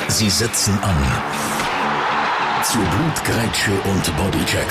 Sie setzen an. Zu Blutgrätsche und Bodycheck.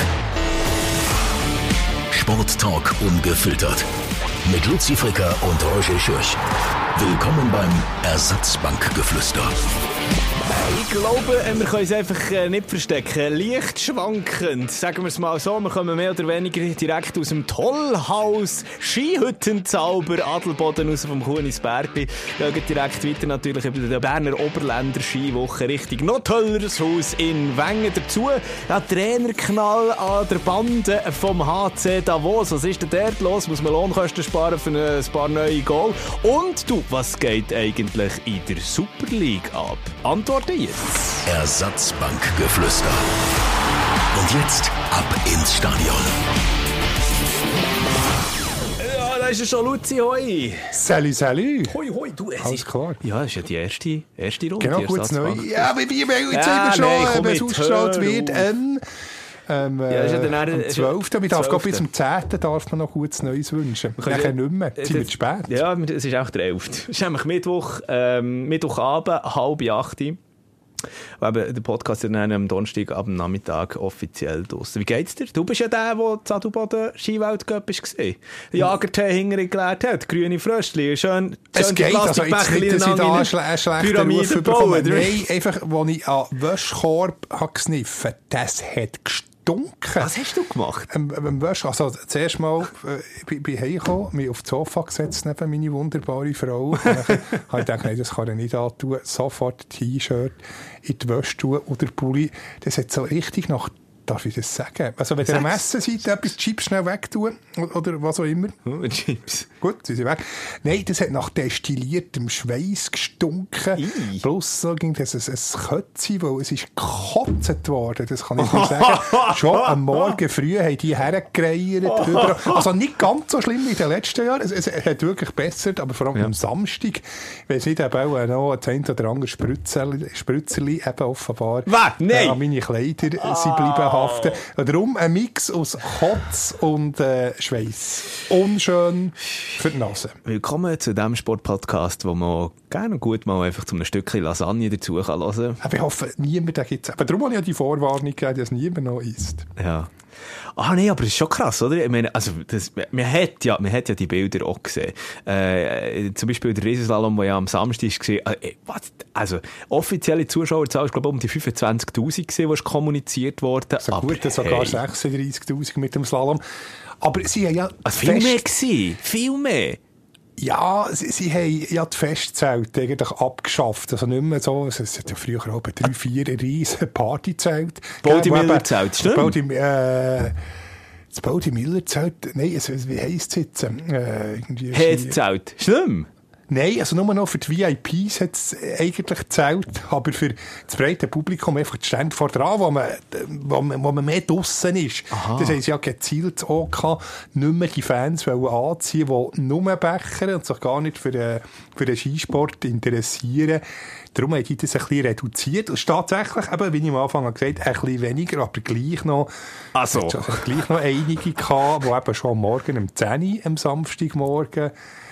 Sporttalk ungefiltert. Mit Luzi Fricker und Roger Schürch. Willkommen beim Ersatzbankgeflüster. Ich glaube, wir können es einfach nicht verstecken. Leicht schwankend, sagen wir es mal so. Wir kommen mehr oder weniger direkt aus dem Tollhaus Skihüttenzauber Adelboden raus vom Kunisbergli. Wir gehen direkt weiter natürlich über die Berner Oberländer Skiwoche Richtung noch tolleres Haus in Wengen. Dazu ja, Trainerknall an der Bande vom HC Davos. Was ist denn dort los? Muss man Lohnkosten sparen für ein paar neue Goal? Und du, was geht eigentlich in der Super League ab? Antworte jetzt. Ersatzbankgeflüster. Und jetzt ab ins Stadion. Ja, da ist ja schon Luzi, hoi. Salut. Hoi, du, es Alles ist klar. Ja, das ist ja die erste Runde. Genau, die gutes Neu. Ersatzbank. Ja, aber wie jetzt ja, schon, wenn es ausgestrahlt wird, ist ja dann am 12. Man darf bis zum 10. darf man noch gutes Neues wünschen. Nachher nicht mehr. Sind wir zu spät? Ja, es ist auch der 11. Es ist nämlich Mittwochabend, 7:30. Aber der Podcast ist dann am Donnerstag ab dem Nachmittag offiziell draussen. Wie geht's dir? Du bist ja der zu Adelboden Skiweltcup war. Der Jagertee hinterher geleert hat, grüne Fröschli, schön es geht, also jetzt nicht, dass ich da einen schlechten Ruf bekomme. Nein, einfach, als ich an Wäschkorb gesniffen habe, das hat gestunken. Was hast du gemacht? Also, zuerst mal bin ich heimgekommen, mich auf das Sofa gesetzt neben meine wunderbare Frau. Und dann habe ich gedacht, nein, das kann ich nicht antun. Sofort T-Shirt in die Wäsche tun oder Pulli. Das hat so richtig nach, darf ich das sagen? Also, wenn ihr am Essen seid, etwas Chips schnell wegtun oder was auch immer. Chips. Gut, sie sind weg. Nein, das hat nach destilliertem Schweiß gestunken. Plus so ging das ein Kötzi, weil es ist gekotzt worden, das kann ich nicht sagen. Schon am Morgen früh haben die hergereiert. Also nicht ganz so schlimm wie in den letzten Jahren. Es hat wirklich gebessert, aber vor allem am Samstag, ich weiss nicht, eben auch noch ein oder andere Spritzerli eben offenbar an meine Kleider sind bleiben haften. Darum ein Mix aus Kotz und Schweiß. Unschön für die Nase. Willkommen zu dem Sportpodcast, wo man gerne und gut mal einfach zu einem Stückchen Lasagne dazu kann hören. Aber ich hoffe, niemand gibt es. Aber darum habe ich ja die Vorwarnung gegeben, dass niemand noch isst. Ja. Ah, nee, aber das ist schon krass, oder? Ich meine, also, man hat ja die Bilder auch gesehen. Zum Beispiel der Riesenslalom, der ja am Samstag war. Also, offizielle Zuschauerzahl ist, glaube ich, um die 25.000 gewesen, die kommuniziert worden. So gut, sogar 36.000 mit dem Slalom. Aber sie haben ja... Viel mehr. Ja, sie haben ja die Festzelte eigentlich abgeschafft. Also nicht mehr so, es hat ja früher auch bei 3-4 riesen Partyzelte. Baudi-Miller-Zelt, stimmt? Das Baudi-Miller-Zelt, nein, wie heisst es jetzt? Heads-Zelt, stimmt? Nein, also nur noch für die VIPs hat es eigentlich gezählt, aber für das breite Publikum einfach die Stände vor dran, wo man mehr draussen ist. Aha. Das haben sie ja gezielt auch gehabt, nicht mehr die Fans anziehen, die nur bechern und sich gar nicht für den Skisport interessieren. Darum haben die das ein bisschen reduziert. Es ist tatsächlich, eben, wie ich am Anfang gesagt habe, ein bisschen weniger, aber gleich noch, gleich noch einige gehabt, die eben schon am Morgen um 10 Uhr, am Samstagmorgen,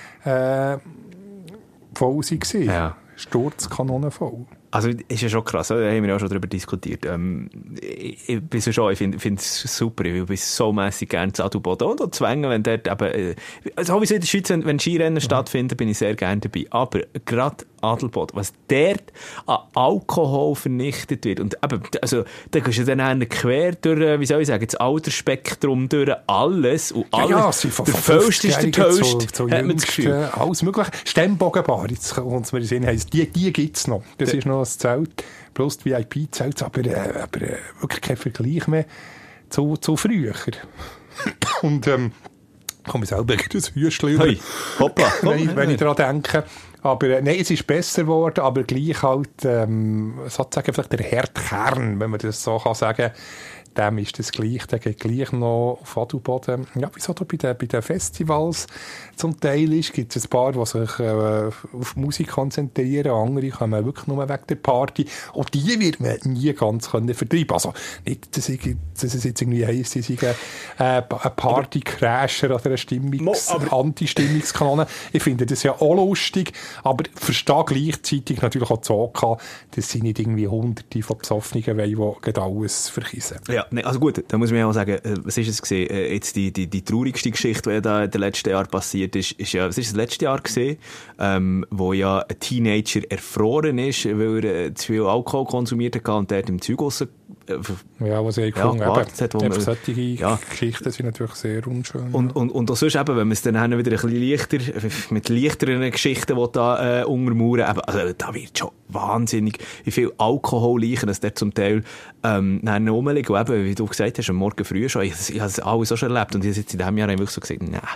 voll waren. Ja. Sturzkanonen voll. Also, ist ja schon krass, da haben wir ja schon darüber diskutiert. Ich finde es super, ich bin so mässig gerne zu Adelboden und Zwängen, wenn dort eben, sowieso in der Schweiz, wenn Skirennen stattfinden, bin ich sehr gerne dabei. Aber gerade Adelboden, was dort an Alkohol vernichtet wird, und eben, also, da gehst du dann quer durch, wie soll ich sagen, das Altersspektrum durch alles, und alles, ja, der Föst ist der Toast, hat man das Gefühl. Alles mögliche. Stemmbogenbar, jetzt kommt es mir in den Sinn, heisst, die gibt es noch. Das ist noch das Zelt, plus die VIP-Zelt, aber wirklich kein Vergleich mehr zu früher. Und komme ich selber das Hüstchen hey, hoppla, wenn ich daran denke. Aber nein, es ist besser geworden, aber gleich halt sozusagen vielleicht der Herdkern, wenn man das so kann sagen, dem ist das gleich. Der geht gleich noch auf Adelboden. Ja, wieso da bei den Festivals zum Teil ist, gibt es ein paar, die sich auf Musik konzentrieren. Andere kommen wirklich nur wegen der Party. Und die wird man nie ganz vertreiben. Also nicht, dass es jetzt irgendwie heisst, sie sind ein Party-Crasher oder eine Anti-Stimmungskanone. Ich finde das ja auch lustig, aber verstehe gleichzeitig natürlich auch die OK, dass sie nicht irgendwie Hunderte von Besoffenen wollen, die alles verkissen. Ja, nee, also gut, da muss man ja auch sagen, was ist es gewesen? Jetzt die traurigste Geschichte, die da in den letzten Jahren passiert ist ja, was ist das letzte Jahr gewesen, wo ja ein Teenager erfroren ist, weil er zu viel Alkohol konsumiert hat und dort im Zeug raus ja, was ich gefunden habe. Solche Geschichten sind natürlich sehr unschön. Und auch sonst eben, wenn man es dann wieder ein bisschen leichter, mit leichteren Geschichten da untermauern, also da wird schon wahnsinnig, wie viel Alkohol liegen, dass der zum Teil rumliegt. Und eben, wie du gesagt hast, am Morgen früh schon, ich habe es alles auch schon erlebt und ich habe jetzt in diesem Jahr wirklich so gesagt, nein.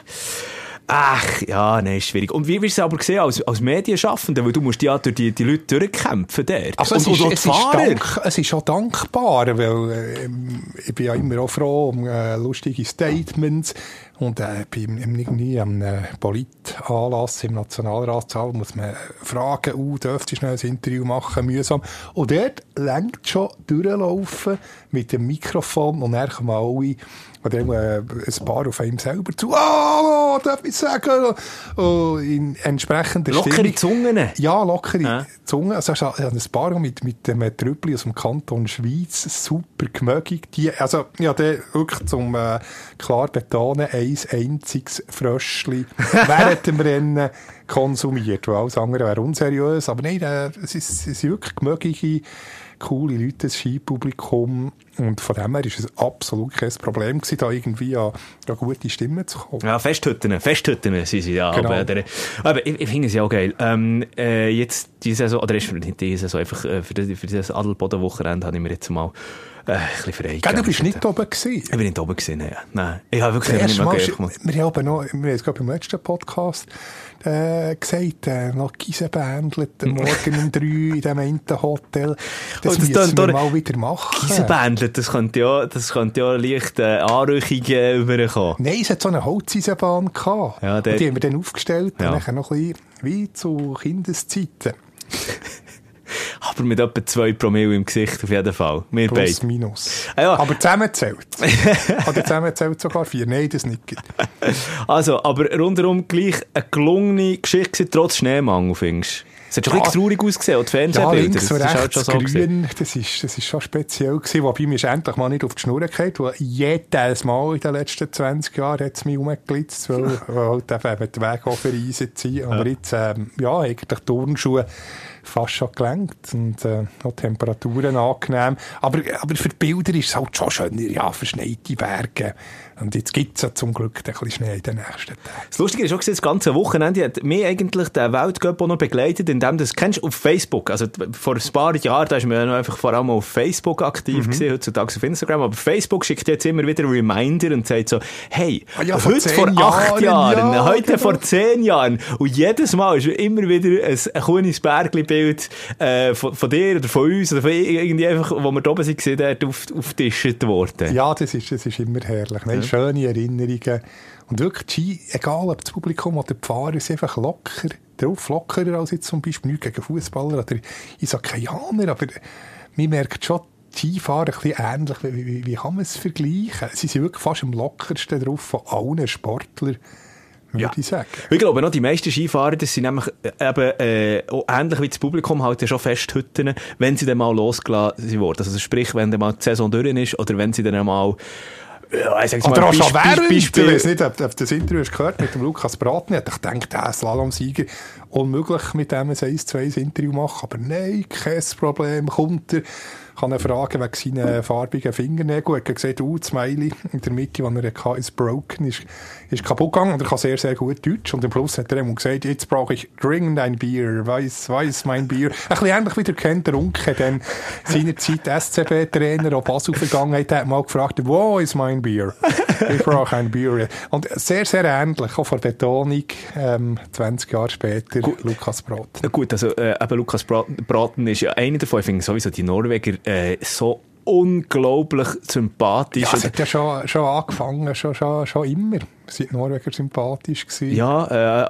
Ach, ja, nein, ist schwierig. Und wie wirst du es aber gesehen als Medienschaffender? Weil du musst ja durch die Leute durchkämpfen dort. Also es ist auch dankbar, weil ich bin ja immer auch froh um lustige Statements. Und irgendwie am Politanlass im Nationalratssaal muss man fragen, dürfte ich schnell ein Interview machen, mühsam. Und dort lenkt schon durchlaufen mit dem Mikrofon und dann kommen alle, oder ein paar auf einem selber zu, darf ich sagen, in entsprechender lockere Stimmung. Zungen? Ja, lockere Zungen. Also ein paar mit dem Trüppli aus dem Kanton Schweiz, super gemögig. Also, ja, der wirklich zum klar betonen, ein einziges Fröschli während dem Rennen konsumiert, weil alles andere wäre unseriös. Aber nein, es sind wirklich gemögige, coole Leute, das Skipublikum. Und von dem her war es absolut kein Problem gewesen, da irgendwie an gute Stimmen zu kommen. Ja, Festhütten sind sie, ja. Genau. Aber ich finde es ja auch geil. Jetzt diese Saison, oder ist nicht diese Saison, einfach für dieses Adelboden-Wochenende habe ich mir jetzt mal ein bisschen freigegeben. Du bist nicht oben gewesen? Ich bin nicht oben gewesen, nein. Ich habe wirklich nicht mehr gehört. Wir haben es gerade beim letzten Podcast gesagt, noch Giesenbändlet, morgen um 3 in diesem einen Hotel. Das müssen wir mal wieder machen. Giesenbändlet, das könnte ja leicht Anrüchungen überkommen. Nein, es hat so eine Holzeisenbahn gehabt. Ja, und die haben wir dann aufgestellt und dann noch ein bisschen wie zu Kindeszeiten. Aber mit etwa 2 Promille im Gesicht auf jeden Fall. Wir Plus, beide. minus. Ja. Aber zusammenzählt. Oder zusammenzählt sogar 4. Nein, das nicht. Also, aber rundherum gleich eine gelungene Geschichte, trotz Schneemangel, findest du? Es hat schon ein bisschen traurig ausgesehen, und die Fernsehbilder. Ja, links und rechts halt schon grün, das ist schon speziell gewesen, wobei mir ist endlich mal nicht auf die Schnur gefallen, weil jedes Mal in den letzten 20 Jahren hat es mich umgeglitzt, weil halt eben mit dem Weg vereisen sind. Aber jetzt, eigentlich Turnschuhe fast schon gelenkt und auch Temperaturen angenehm. Aber für die Bilder ist es halt schon schöner, ja, verschneite Berge. Und jetzt gibt es ja zum Glück ein bisschen Schnee in den nächsten Tagen. Das Lustige ist auch, das ganze Wochenende hat mich eigentlich der Weltcup noch begleitet, indem du das kennst auf Facebook. Also vor ein paar Jahren, da ist man ja noch einfach vor allem auf Facebook aktiv gewesen, heutzutage auf Instagram. Aber Facebook schickt jetzt immer wieder Reminder und sagt so, hey, heute vor 8 Jahren, heute vor 10 Jahren. Und jedes Mal ist immer wieder ein cooles Bergli-Bild von dir oder von uns oder von irgendwie einfach, wo wir da oben sind, dort aufgetischt worden. Ja, das ist immer herrlich. Nein, schöne Erinnerungen. Und wirklich, egal ob das Publikum oder die Fahrer, ist einfach lockerer als jetzt zum Beispiel nicht gegen Fußballer oder Isakaianer, aber man merkt schon, die Skifahren ein bisschen ähnlich. Wie kann man es vergleichen? Sie sind wirklich fast am lockersten drauf von allen Sportlern, würde ich sagen. Ich glaube, noch die meisten Skifahrer, das sind nämlich eben auch ähnlich wie das Publikum halt ja schon Festhütten, wenn sie dann mal losgelassen wurden. Also sprich, wenn dann mal die Saison durch ist oder wenn sie dann mal oder auch schon während, ich weiß nicht, ob das Interview hast gehört mit dem Lukas Braten, ich dachte, der Slalom-Sieger, unmöglich mit dem ein 1-2 Interview machen, aber nein, kein Problem, kommt er, kann er fragen wegen seinen farbigen Fingernägeln, er hat gesagt, das Smiley in der Mitte, die er hatte, ist broken, ist kaputt gegangen und er kann sehr, sehr gut Deutsch und am Schluss hat er ihm gesagt, jetzt brauche ich dringend ein Bier, weiß mein Bier. Ein bisschen ähnlich wie der Ken Runke, denn seinerzeit SCB-Trainer auf Basel Vergangenheit hat mal gefragt, wo ist mein Bier? Ich brauche ein Bier. Und sehr, sehr ähnlich, auch von der Betonung, 20 Jahre später, gut. Lukas Braten. Gut, also eben Lukas Braten ist ja einer davon, ich finde sowieso die Norweger so unglaublich sympathisch. Ja, es hat ja schon angefangen, schon immer. Sind Norweger sympathisch gewesen. Ja,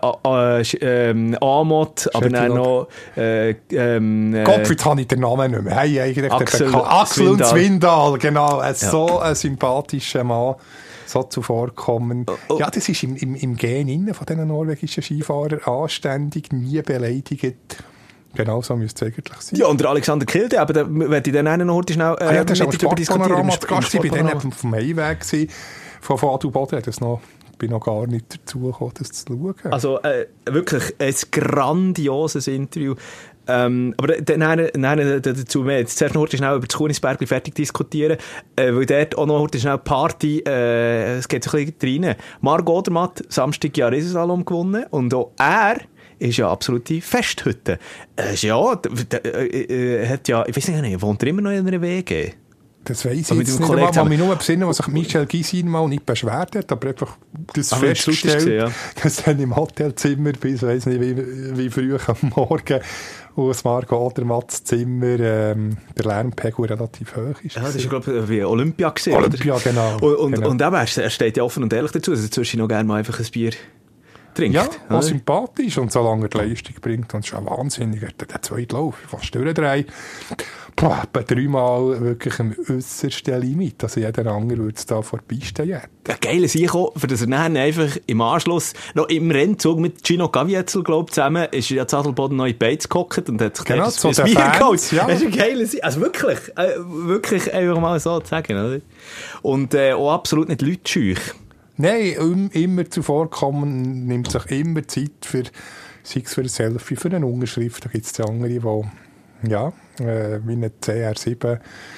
Amot, aber dann noch Gott, jetzt habe ich den Namen nicht mehr. Hey, eigentlich Axel und Zwindal, genau. So ein sympathischer Mann, so zuvorkommen. Ja, das ist im Gen innen von diesen norwegischen Skifahrern anständig, nie beleidigt. Genau so müsste es eigentlich sein. Ja, und der Alexander Kilde, aber da werde ich dann noch heute schnell ja, das mit darüber diskutieren. Ich war bei denen vom Heimweg von Adelboden. Ich bin noch gar nicht dazu gekommen, das zu schauen. Also wirklich ein grandioses Interview. Aber dann dazu mehr. Jetzt zuerst noch heute schnell über das Kunisbergli fertig diskutieren, weil dort auch noch heute schnell Party, es geht so ein bisschen rein. Marc Odermatt, Samstag ja Riesenslalom gewonnen und auch er ist ja absolute Festhütte. Ja, hat ja, ich weiß nicht, wohnt er immer noch in einer WG? Das weiss ich jetzt nicht. Ich kann mich nur besinnen, was sich Michel Gysin mal nicht beschwert hat, aber einfach das festgestellt, dass dann im Hotelzimmer bis, weiss nicht, wie früh am Morgen aus Marco Odermatts Zimmer der Lärmpegel relativ hoch ist. Ja, das war, glaube ich, wie Olympia gewesen. Olympia, oder? Genau. Und eben, er steht ja offen und ehrlich dazu, dass er zwischen noch gerne mal einfach ein Bier trinkt. Ja, was sympathisch und solange er die Leistung bringt, und es ist ja wahnsinnig, der zweite Lauf, fast durchdrehen. Etwa 3-mal wirklich am äussersten Limit. Also jeder andere würde es da vor die Piste jagen. Ja, geil ist auch, für das er dann einfach im Anschluss noch im Rennzug mit Gino Gavietzel, glaube ich, zusammen, ist ja Zadelboden noch in die Beiz gehockt und hat sich genau, das so Bier geholt. Ja. Das ist ein geiles, also wirklich einfach mal so zu sagen, oder? Und auch absolut nicht leutscheuch. Nein, immer zuvorkommen, nimmt sich immer Zeit für, sei es für ein Selfie, für eine Unterschrift. Da gibt es die andere, die, ja, wie eine CR7.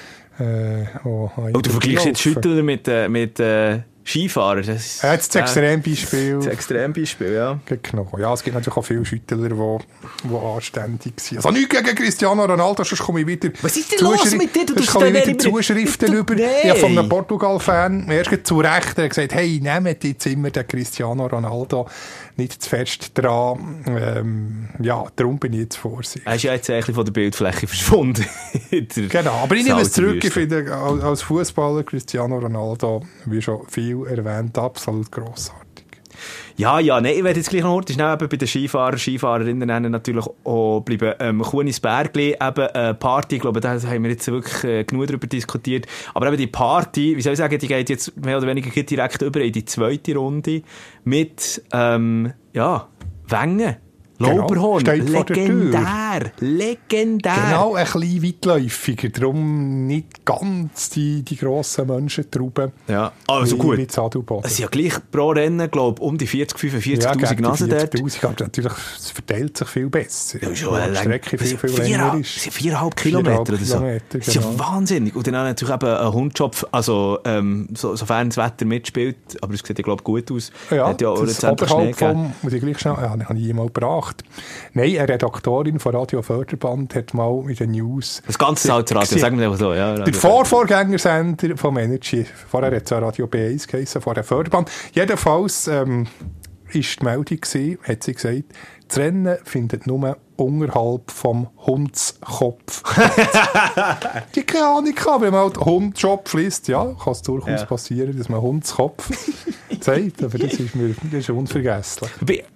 Du vergleichst jetzt Schüttler mit Skifahrer. Das ist das Extrembeispiel. Das Extrembeispiel, ja. Genau. Ja, es gibt natürlich auch viele Schüttler, die anständig sind. Also nichts gegen Cristiano Ronaldo, sonst komme ich wieder... Was ist denn los mit dir? Sonst komme ich wieder Zuschriften über. Ich habe von einem Portugal-Fan erst zu Recht gesagt, hey, nehmt jetzt immer den Cristiano Ronaldo nicht zu fest dran. Ja, darum bin ich jetzt vorsichtig. Er ist ja jetzt eigentlich von der Bildfläche verschwunden. Genau, aber ich nehme es zurück. Ich finde, als Fußballer Cristiano Ronaldo, wie schon viel erwähnt, absolut grossartig. Ja, nein, ich werde jetzt gleich noch heute schnell eben bei den Skifahrerinnen natürlich auch bleiben. Kunisbergli, eben Party, ich glaube, da haben wir jetzt wirklich genug darüber diskutiert. Aber eben die Party, wie soll ich sagen, die geht jetzt mehr oder weniger direkt über in die zweite Runde mit, Wengen. Lauberhorn, genau, legendär. Genau, ein bisschen weitläufiger, darum nicht ganz die grossen Menschentrauben. Ja, also gut. Es sind ja gleich pro Rennen, glaube ich, um die 40.000-45.000 Nasen dort. 40.000, aber natürlich, es verteilt sich viel besser. Ja, schon die Strecke viel länger ist. Es sind 4,5 Kilometer oder so. Das ist ja wahnsinnig. Und dann auch natürlich eben ein Hundschopf, also sofern das Wetter mitspielt, aber es sieht ja, glaube ich, gut aus. Ja, hat ja auch das oberhalb vom, muss ich gleich schnell, habe ich jemals gebracht. Nein, eine Redaktorin von Radio Förderband hat mal in den News... Das ganze Salzradio, sagen wir einfach so. Ja, der Vorgängersender vom Energy. Vorher hat es ja Radio B1 geheißen, vorher Förderband. Jedenfalls ist die Meldung gewesen, hat sie gesagt, das Rennen findet nur unterhalb vom Hundskopf. Die keine Ahnung haben, wenn man halt Hundschopf liest, ja, kann es durchaus passieren, dass man Hundskopf sagt, aber das ist unvergesslich.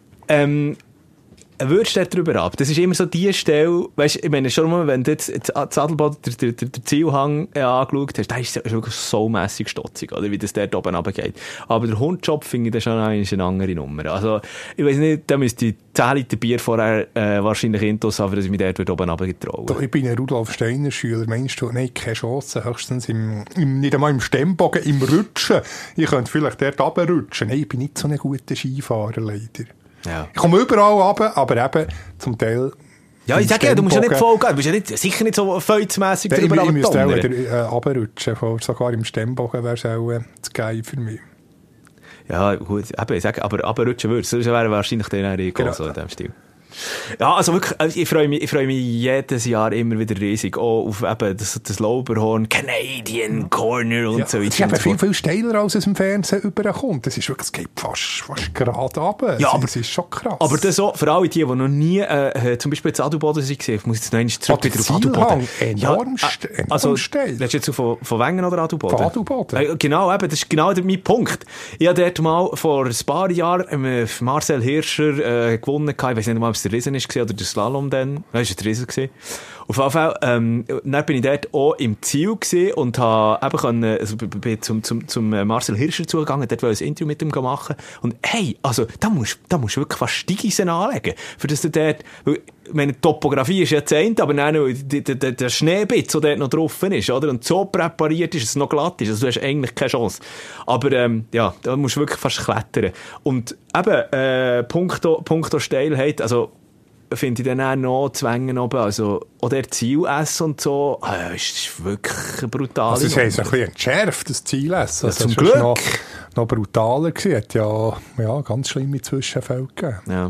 Würdest du darüber ab? Das ist immer so die Stelle, weißt, ich meine, schon mal, wenn du jetzt Zadelboden der Zielhang angeschaut hast, da ist es wirklich so mässig stotzig, oder, wie das dort oben runtergeht. Aber der Hundjob finde ich dann schon eine andere Nummer. Also, ich weiss nicht, da müsste ich 10 Liter Bier vorher wahrscheinlich intus haben, dass ich mich dort oben runtergetraue. Doch, ich bin ein Rudolf Steiner Schüler. Meinst du, nein, keine Chance, höchstens nicht einmal im Stemmbogen, im Rutschen. Ich könnte vielleicht dort runterrutschen. Nein, ich bin nicht so ein guter Skifahrer, leider. Ja. Ich komme überall runter, aber eben zum Teil... Ja, ich sage ja, du musst ja nicht voll gehen. Du bist ja nicht, sicher nicht so feuzmässig drüber runterrutschen. Ich müsste auch runterrutschen. Sogar im Stemmbogen wäre es auch zu geil für mich. Ja, gut, eben, ich sage, aber runterrutschen würdest du. Das wäre wahrscheinlich dann eher so in diesem Stil. Ja, also wirklich, ich freue mich jedes Jahr immer wieder riesig auch auf eben das Lauberhorn, Canadian Corner und so weiter. Es ist eben viel steiler, als es im Fernsehen überkommt. Es ist wirklich, es geht fast gerade runter. Ja, aber es ist schon krass. Aber das auch, für alle die noch nie zum Beispiel in Adelboden waren, ich muss jetzt noch einmal zurück wieder auf Adelboden. Enorm steil. Redest du jetzt von Wengen oder Adelboden? Von Adelboden. Genau, eben, das ist genau mein Punkt. Ich habe dort mal vor ein paar Jahren Marcel Hirscher gewonnen. Ich weiß nicht mal, ob es der Riesen war oder der Slalom dann. Nein, es war der Riesen. Auf jeden Fall, dann bin ich dort auch im Ziel gewesen und habe eben können, also bin zum Marcel Hirscher zugegangen, dort wollte ich ein Interview mit ihm machen. Und hey, also, da musst du wirklich fast Steigeisen anlegen, für das du dort, meine Topografie ist ja das eine, aber dann der Schneebitz, der dort noch drauf ist, oder? Und so präpariert ist, dass es noch glatt ist, also du hast eigentlich keine Chance. Aber, ja, da musst du wirklich fast klettern. Und eben, punkto Steilheit, also, finde ich dann auch noch Zwängen oben, also auch der Zielessen und so, ist wirklich brutal. Also es haben es ein bisschen entschärft, das Zielessen. Ja, zum Glück. Noch brutaler gewesen, hat ja ganz schlimme Zwischenfälle gegeben. Ja.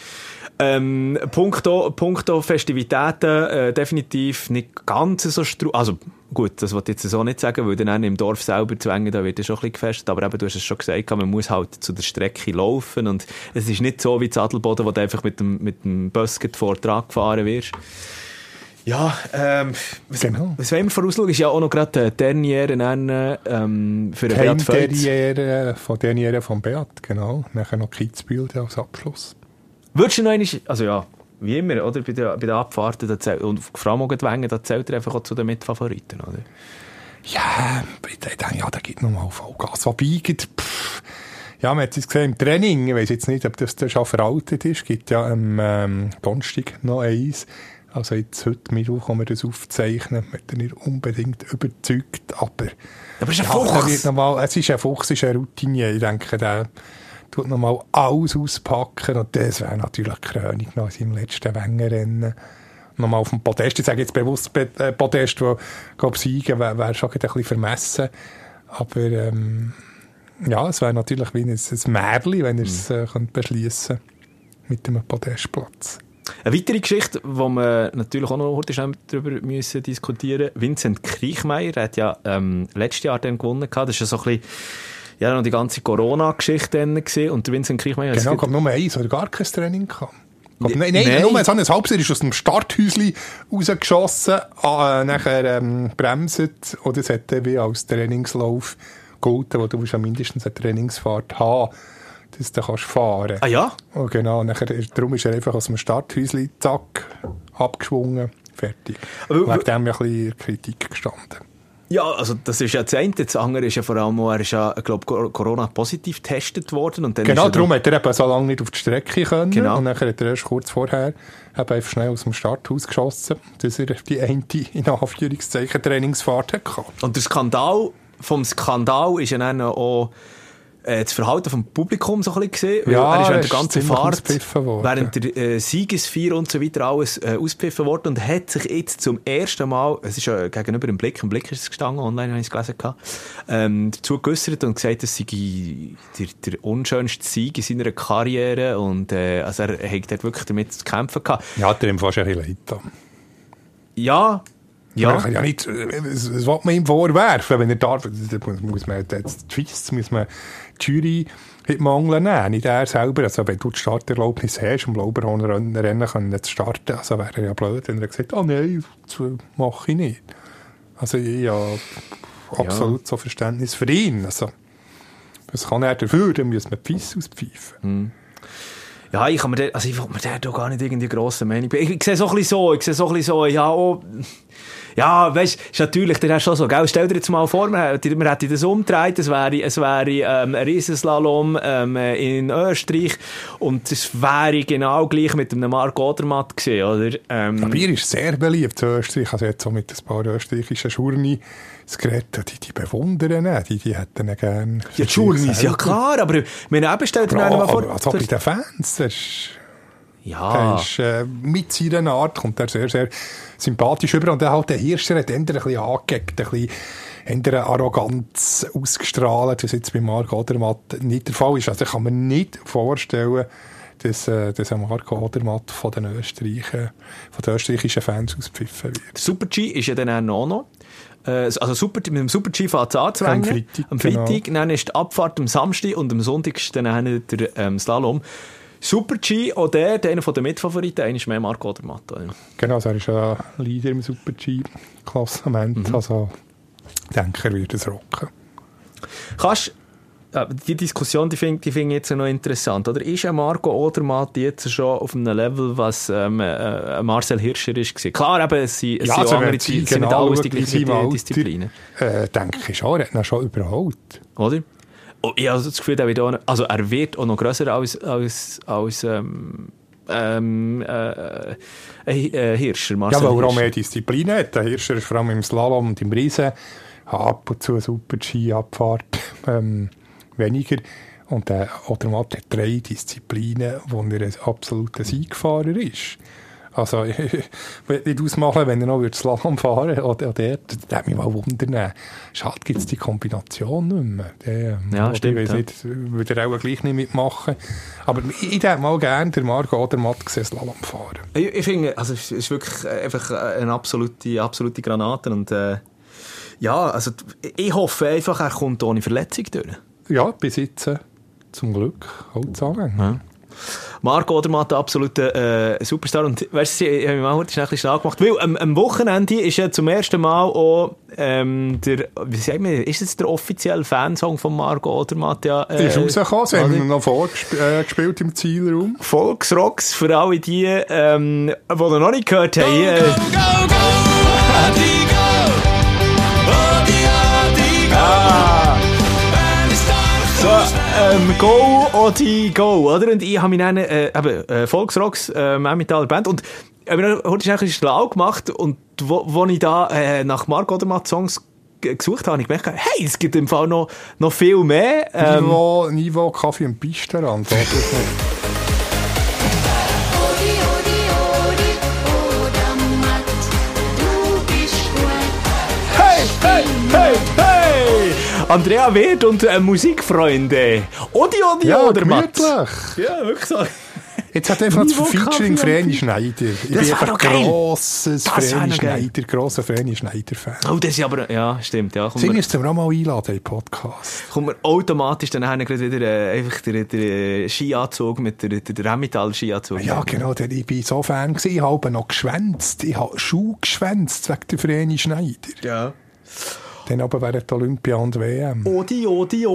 Punkto Festivitäten definitiv nicht ganz so also gut, das wollte ich jetzt so nicht sagen, weil dann im Dorf selber Zwängen, da wird ja schon ein bisschen gefestet, aber eben, du hast es schon gesagt, man muss halt zu der Strecke laufen und es ist nicht so wie in Adelboden, wo du einfach mit dem Busket vor dran gefahren wirst. Ja, was wollen wir vorausschauen? Ist ja auch noch gerade Derniere nennen für den Beat Feutz. Derniere von Beat, genau. Nachher noch Kitzbühel als Abschluss. Würdest du noch einmal, also ja, wie immer, oder? Bei den Abfahrten, und vor allem auch die Wengen, da zählt er einfach auch zu den Mitfavoriten, oder? Ja, ich denke, da gibt es nochmal Vollgas. Wobei, ja, man hat es gesehen im Training, ich weiss jetzt nicht, ob das schon veraltet ist, gibt ja am Donnerstag noch eins. Also jetzt heute Mittwoch kann man das aufzeichnen, man ist nicht unbedingt überzeugt, aber es ist ein Fuchs. Es ist ein Fuchs, es ist ein Routinier, ich denke, der tut nochmal alles auspacken und das wäre natürlich Krönung nach seinem letzten Wengenrennen. Nochmal auf dem Podest, ich sage jetzt bewusst Podest, wo siegen wäre schon ein bisschen vermessen, aber ja, es wäre natürlich wie ein Märchen, wenn er es beschließen mit einem Podestplatz. Eine weitere Geschichte, die wir natürlich auch noch heute darüber müssen diskutieren müssen, Vincent Kriechmeier, der hat ja letztes Jahr dann gewonnen gehabt, das ist ja so ein bisschen noch die ganze Corona-Geschichte dann gesehen und der Vincent Kriechmeier... Genau, ich habe nur eins oder gar kein Training gehabt. Nein, nur so ein Halbserie ist aus dem Starthäuschen rausgeschossen, nachher bremset oder es hat wie als Trainingslauf gelten, wo du musst ja mindestens eine Trainingsfahrt haben, dass du kannst fahren. Ah ja? Und genau, nachher, darum ist er einfach aus dem Starthäuschen, zack, abgeschwungen, fertig. Wegen dem ja ein bisschen Kritik gestanden. Ja, also das ist ja das eine. Das andere ist ja vor allem, er ist ja, glaube Corona-positiv getestet worden. Und dann genau, ist darum hat er eben so lange nicht auf die Strecke können. Genau. Und dann hat er erst kurz vorher einfach schnell aus dem Starthaus geschossen, dass er die eine, in Anführungszeichen, Trainingsfahrt hatte. Und der Skandal vom Skandal ist ja dann auch das Verhalten vom Publikum so ein bisschen gesehen. Ja, er ist während der ganzen Fahrt, während der Siegesfeier und so weiter alles auspfiffen worden und hat sich jetzt zum ersten Mal, es ist ja gegenüber im Blick ist es gestanden, online habe ich es gelesen gehabt, dazu geäussert und gesagt, es sei der unschönste Sieg in seiner Karriere und also er hat dort wirklich damit zu kämpfen gehabt. Ja, hat er ihm fast ein bisschen leid. Ja. Man kann ja nicht, was will man ihm vorwerfen, wenn er darf, muss man die Jury in die Mangel nehmen, nicht er selber. Also wenn du die Starterlaubnis hast, um Lauberhorn-Rennen zu starten, also wäre er ja blöd, wenn er gesagt hat, nein, das mache ich nicht. Also ich habe absolut so Verständnis für ihn. Also, was kann er dafür, dann muss man die Fisse auspfeifen. Ja, ich will mir da gar nicht irgendwie grosse Meinung. Ich sehe so ein bisschen so, ja, oh, ja, weißt, ist natürlich, der hast schon so, gell, stell dir jetzt mal vor, man hätte das umgedreht, es wäre ein Riesenslalom in Österreich und es wäre genau gleich mit einem Marc Odermatt gewesen, oder? Aber Bier ist sehr beliebt in Österreich, also jetzt so mit ein paar österreichischen Schurni, das Gerät, die bewundern, die hätten ihn gerne. Ja, die Schurnis, ja klar, aber wenn eben stellt dir mal vor... Also bei den Fans, das ist... Ja. Der ist, mit seiner Art kommt er sehr, sehr sympathisch rüber. Und auch der Hirscher hat ein bisschen angeeckt, ein bisschen Arroganz ausgestrahlt, was jetzt bei Marc Odermatt nicht der Fall ist. Also ich kann mir nicht vorstellen, dass Marco Odermatt von den österreichischen Fans auspfiffen wird. Super-G ist ja dann auch noch. Also mit dem Super-G fängt es an zu regnen. Am Freitag. Genau. Dann ist die Abfahrt am Samstag und am Sonntag ist dann der Slalom. Super-G, auch einer der Mitfavoriten, einer ist mehr Marco Odermatt. Ja. Genau, also er ist ja Leader im Super-G-Klassement. Also ich denke, er wird es rocken. Die Diskussion, die finde ich jetzt noch interessant. Oder ist Marco Odermatt jetzt schon auf einem Level, was Marcel Hirscher war? Klar, eben, es sind andere sind nicht alles die gleichen Disziplinen. Denke ich schon, er hat ihn schon überholt. Oder? Oh, ich habe das Gefühl, er wird auch noch grösser als Hirscher. Marcel ja, weil er auch Hirscher. mehr Disziplin hat. Der Hirscher ist vor allem im Slalom und im Riesen ab und zu Super-G-Abfahrt weniger. Und der Odermatt hat 3 Disziplinen, wo er ein absoluter Siegfahrer ist. Also, ich würde nicht ausmachen, wenn er noch Slalom fahren würde, das würde mich mal wundern. Schade, gibt es die Kombination nicht mehr. Ja, stimmt. Ich weiss nicht, würde er auch gleich nicht mitmachen. Aber ich hätte mal gerne den Marco Odermatt gesehen, Slalom fahren. Ich finde, also, es ist wirklich einfach eine absolute Granate. Und ja, also, ich hoffe einfach, er kommt ohne Verletzung durch. Ja, bis jetzt zum Glück auch zusammen. Ja. Marco Odermatt, absoluter Superstar. Und weißt du, ich habe mich mal heute ein bisschen schnell gemacht, weil am Wochenende ist ja zum ersten Mal auch wie sagen wir, ist es der offizielle Fansong von Marco Odermatt? Ja, ist rausgekommen, sie haben noch vorgespielt im Zielraum. Volksrocks für alle die, die noch nicht gehört haben. Go, Adi, go! Adi, go! Go, Odi, go, oder? Und ich habe mich dann, Volksrocks, Memmentaler Band, und ich habe mir heute ein bisschen schlau gemacht, und wo ich da nach Marco Odermatt Songs gesucht habe, habe ich gemerkt, hey, es gibt im Fall noch viel mehr. Niveau Kaffee und Pisterrand. Andrea Wirth und Musikfreunde. Odi, ja, Odermatt. Gemütlich. Ja, wirklich so. Jetzt hat einfach das Featuring Vreni Schneider. Ich bin einfach grosser Vreni Schneider-Fan. Oh, das ist aber, ja, stimmt. Ja, Singen wir auch mal einladen im Podcast. Kommt man automatisch dann wieder einfach der Skianzug mit der Rheinmetall-Skianzug. Ja, genau. Ich war so Fan gewesen. Ich habe noch geschwänzt. Ich habe Schuhe geschwänzt wegen der Vreni Schneider. Ja. Dann aber während Olympia und WM. Odi,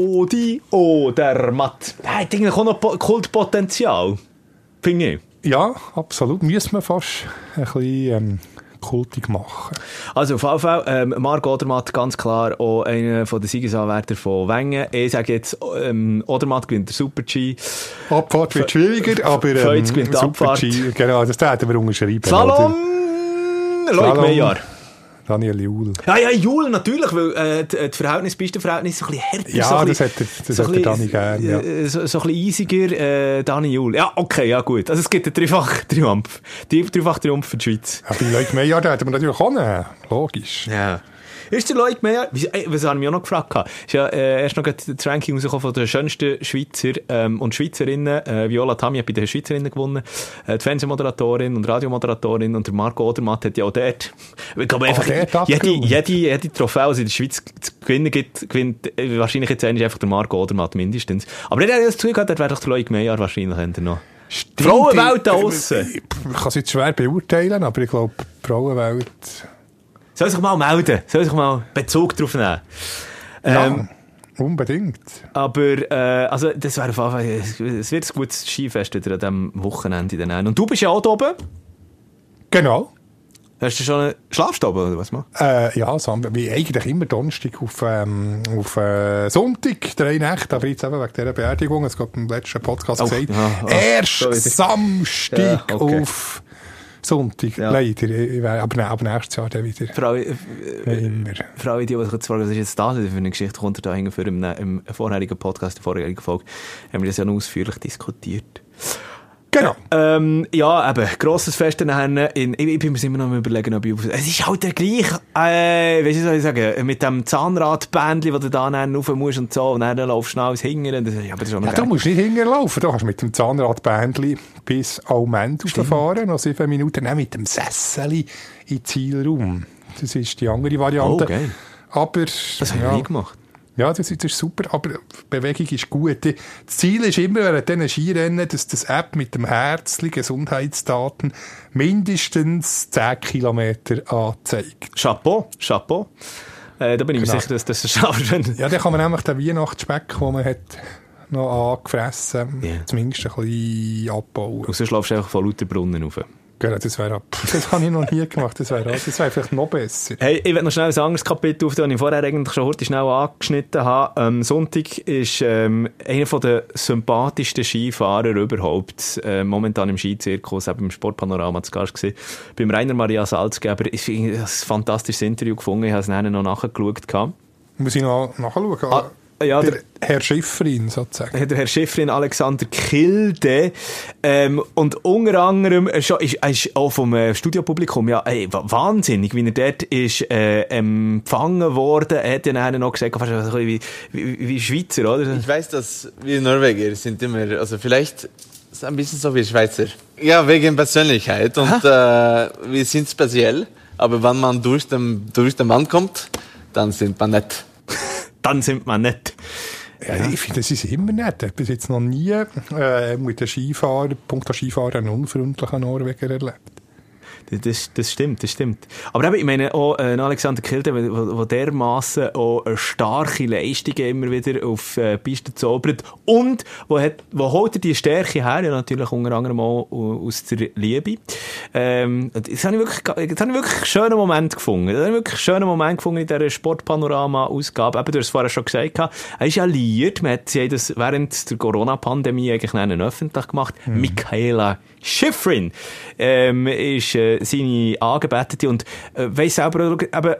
Odermatt. Er hat eigentlich auch noch Kultpotenzial. Finde ich. Ja, absolut. Müssen wir fast ein bisschen kultig machen. Also auf jeden Fall, Marco Odermatt, ganz klar auch einer der Siegesanwärter von Wengen. Ich sage jetzt, Odermatt gewinnt der Super-G. Abfahrt wird schwieriger, aber Super-G, genau, das hätten wir unterschreiben. Slalom, Loic Meyer. Daniel Juhl. Ja, Juhl natürlich, weil die Pistenverhältnisse so ein bisschen härter. Ja, so das hat der Dani gerne. Ja. So ein bisschen eisiger, Dani Juhl. Ja, okay, ja gut. Also es gibt einen Dreifach-Triumph. Dreifach-Triumph für die Schweiz. Ja, bei Loic Meyer hätten wir natürlich auch nehmen. Logisch. Ja. Ist der Loic Meyer, was habe ich mich auch noch gefragt? Ist ja erst noch das Ranking rausgekommen von den schönsten Schweizer und Schweizerinnen. Viola Tammy hat bei den Schweizerinnen gewonnen. Die Fernsehmoderatorin und Radiomoderatorin, und der Marco Odermatt hat ja auch dort. Ich glaube einfach, jede Trophäe, die es in der Schweiz zu gewinnen gibt, gewinnt wahrscheinlich jetzt einfach der Marco Odermatt mindestens. Aber der hat das Gefühl gehabt, der wäre doch der Loic Meyer wahrscheinlich noch. Die Frauenwelt da aussen. Ich kann es jetzt schwer beurteilen, aber ich glaube, die Frauenwelt... Soll sich mal melden, soll sich mal Bezug drauf nehmen. Ja, unbedingt. Aber, also, das wäre auf jeden Fall, es wird ein gutes Skifest wieder an diesem Wochenende dann. Und du bist ja auch da oben? Genau. Hast du schon einen Schlafstab oder was mal? Ja, wie eigentlich immer Donnerstag auf Sonntag, 3 Nächte, aber jetzt eben wegen dieser Beerdigung, es gab im letzten Podcast gesagt, erst Samstag auf Sonntag, leider. Aber nächstes Jahr dann wieder. Für alle, die sich jetzt fragen, was ist jetzt das für eine Geschichte, kommt da hinten für im vorherigen Podcast, der vorherigen Folge, haben wir das ja noch ausführlich diskutiert. Genau. Ja, eben, grosses Fest nachher ich bin mir immer noch am überlegen, ob ich es ist halt der gleich, wie soll ich sagen, mit dem Zahnradbändchen, wo du da dann rauf musst und so, und dann laufst du schnell ins Hingern. Ja, aber das ist auch noch Du musst nicht hinterlaufen, du kannst mit dem Zahnradbändchen bis Almend fahren, noch 7 Minuten, dann mit dem Sessel in den Zielraum. Das ist die andere Variante. Oh, geil. Aber, Das habe ich nie gemacht. Ja, das ist super, aber die Bewegung ist gut. Das Ziel ist immer, während diesen Skirennen, dass das App mit dem Herzli Gesundheitsdaten mindestens 10 Kilometer anzeigt. Chapeau. Da bin ich mir sicher, dass das schaffst. Ja, dann kann man nämlich den Weihnachtsspeck, den man hat noch angefressen, zumindest ein bisschen abbauen. Und sonst laufst du einfach von lauter Brunnen rauf. Genau, das habe ich noch nie gemacht. Das wäre vielleicht noch besser. Hey, ich will noch schnell ein anderes Kapitel aufnehmen, das ich vorher eigentlich schon heute schnell angeschnitten habe. Sonntag ist einer der sympathischsten Skifahrer überhaupt momentan im Skizirkus, eben im Sportpanorama zu Gast gewesen, beim Rainer Maria Salzgeber. Ich habe ein fantastisches Interview gefunden, ich habe es nachher noch nachgeschaut. Muss ich noch nachschauen? Ja, der Herr Schifrin, sozusagen. Der Herr Schifrin, Alexander Kilde. Und unter anderem ist auch vom Studiopublikum wahnsinnig, wie er dort ist empfangen worden. Er hat ja nachher noch gesagt, fast ein bisschen wie Schweizer, oder? Ich weiß, dass wir Norweger sind immer, also vielleicht ist ein bisschen so wie Schweizer. Ja, wegen Persönlichkeit. Und wir sind speziell, aber wenn man durch den Wand kommt, dann sind man nett. Dann sind wir nicht. Ja, ich finde, das ist immer nett. Ich habe bis jetzt noch nie mit den Skifahrern, punkto Skifahren, einen unfreundlichen Norweger erlebt. Das stimmt. Aber eben, ich meine auch Alexander Kilde, der dermassen auch starke Leistungen immer wieder auf Piste zaubert und wo holt er die Stärke her? Ja, natürlich unter anderem auch aus der Liebe. Das habe ich wirklich einen schönen Moment gefunden. In dieser Sportpanorama-Ausgabe. Eben, du hast es vorher schon gesagt, er ist ja liiert. Sie haben das während der Corona-Pandemie eigentlich öffentlich gemacht. Michaela Schifrin ist seine Angebetete und weiss selber,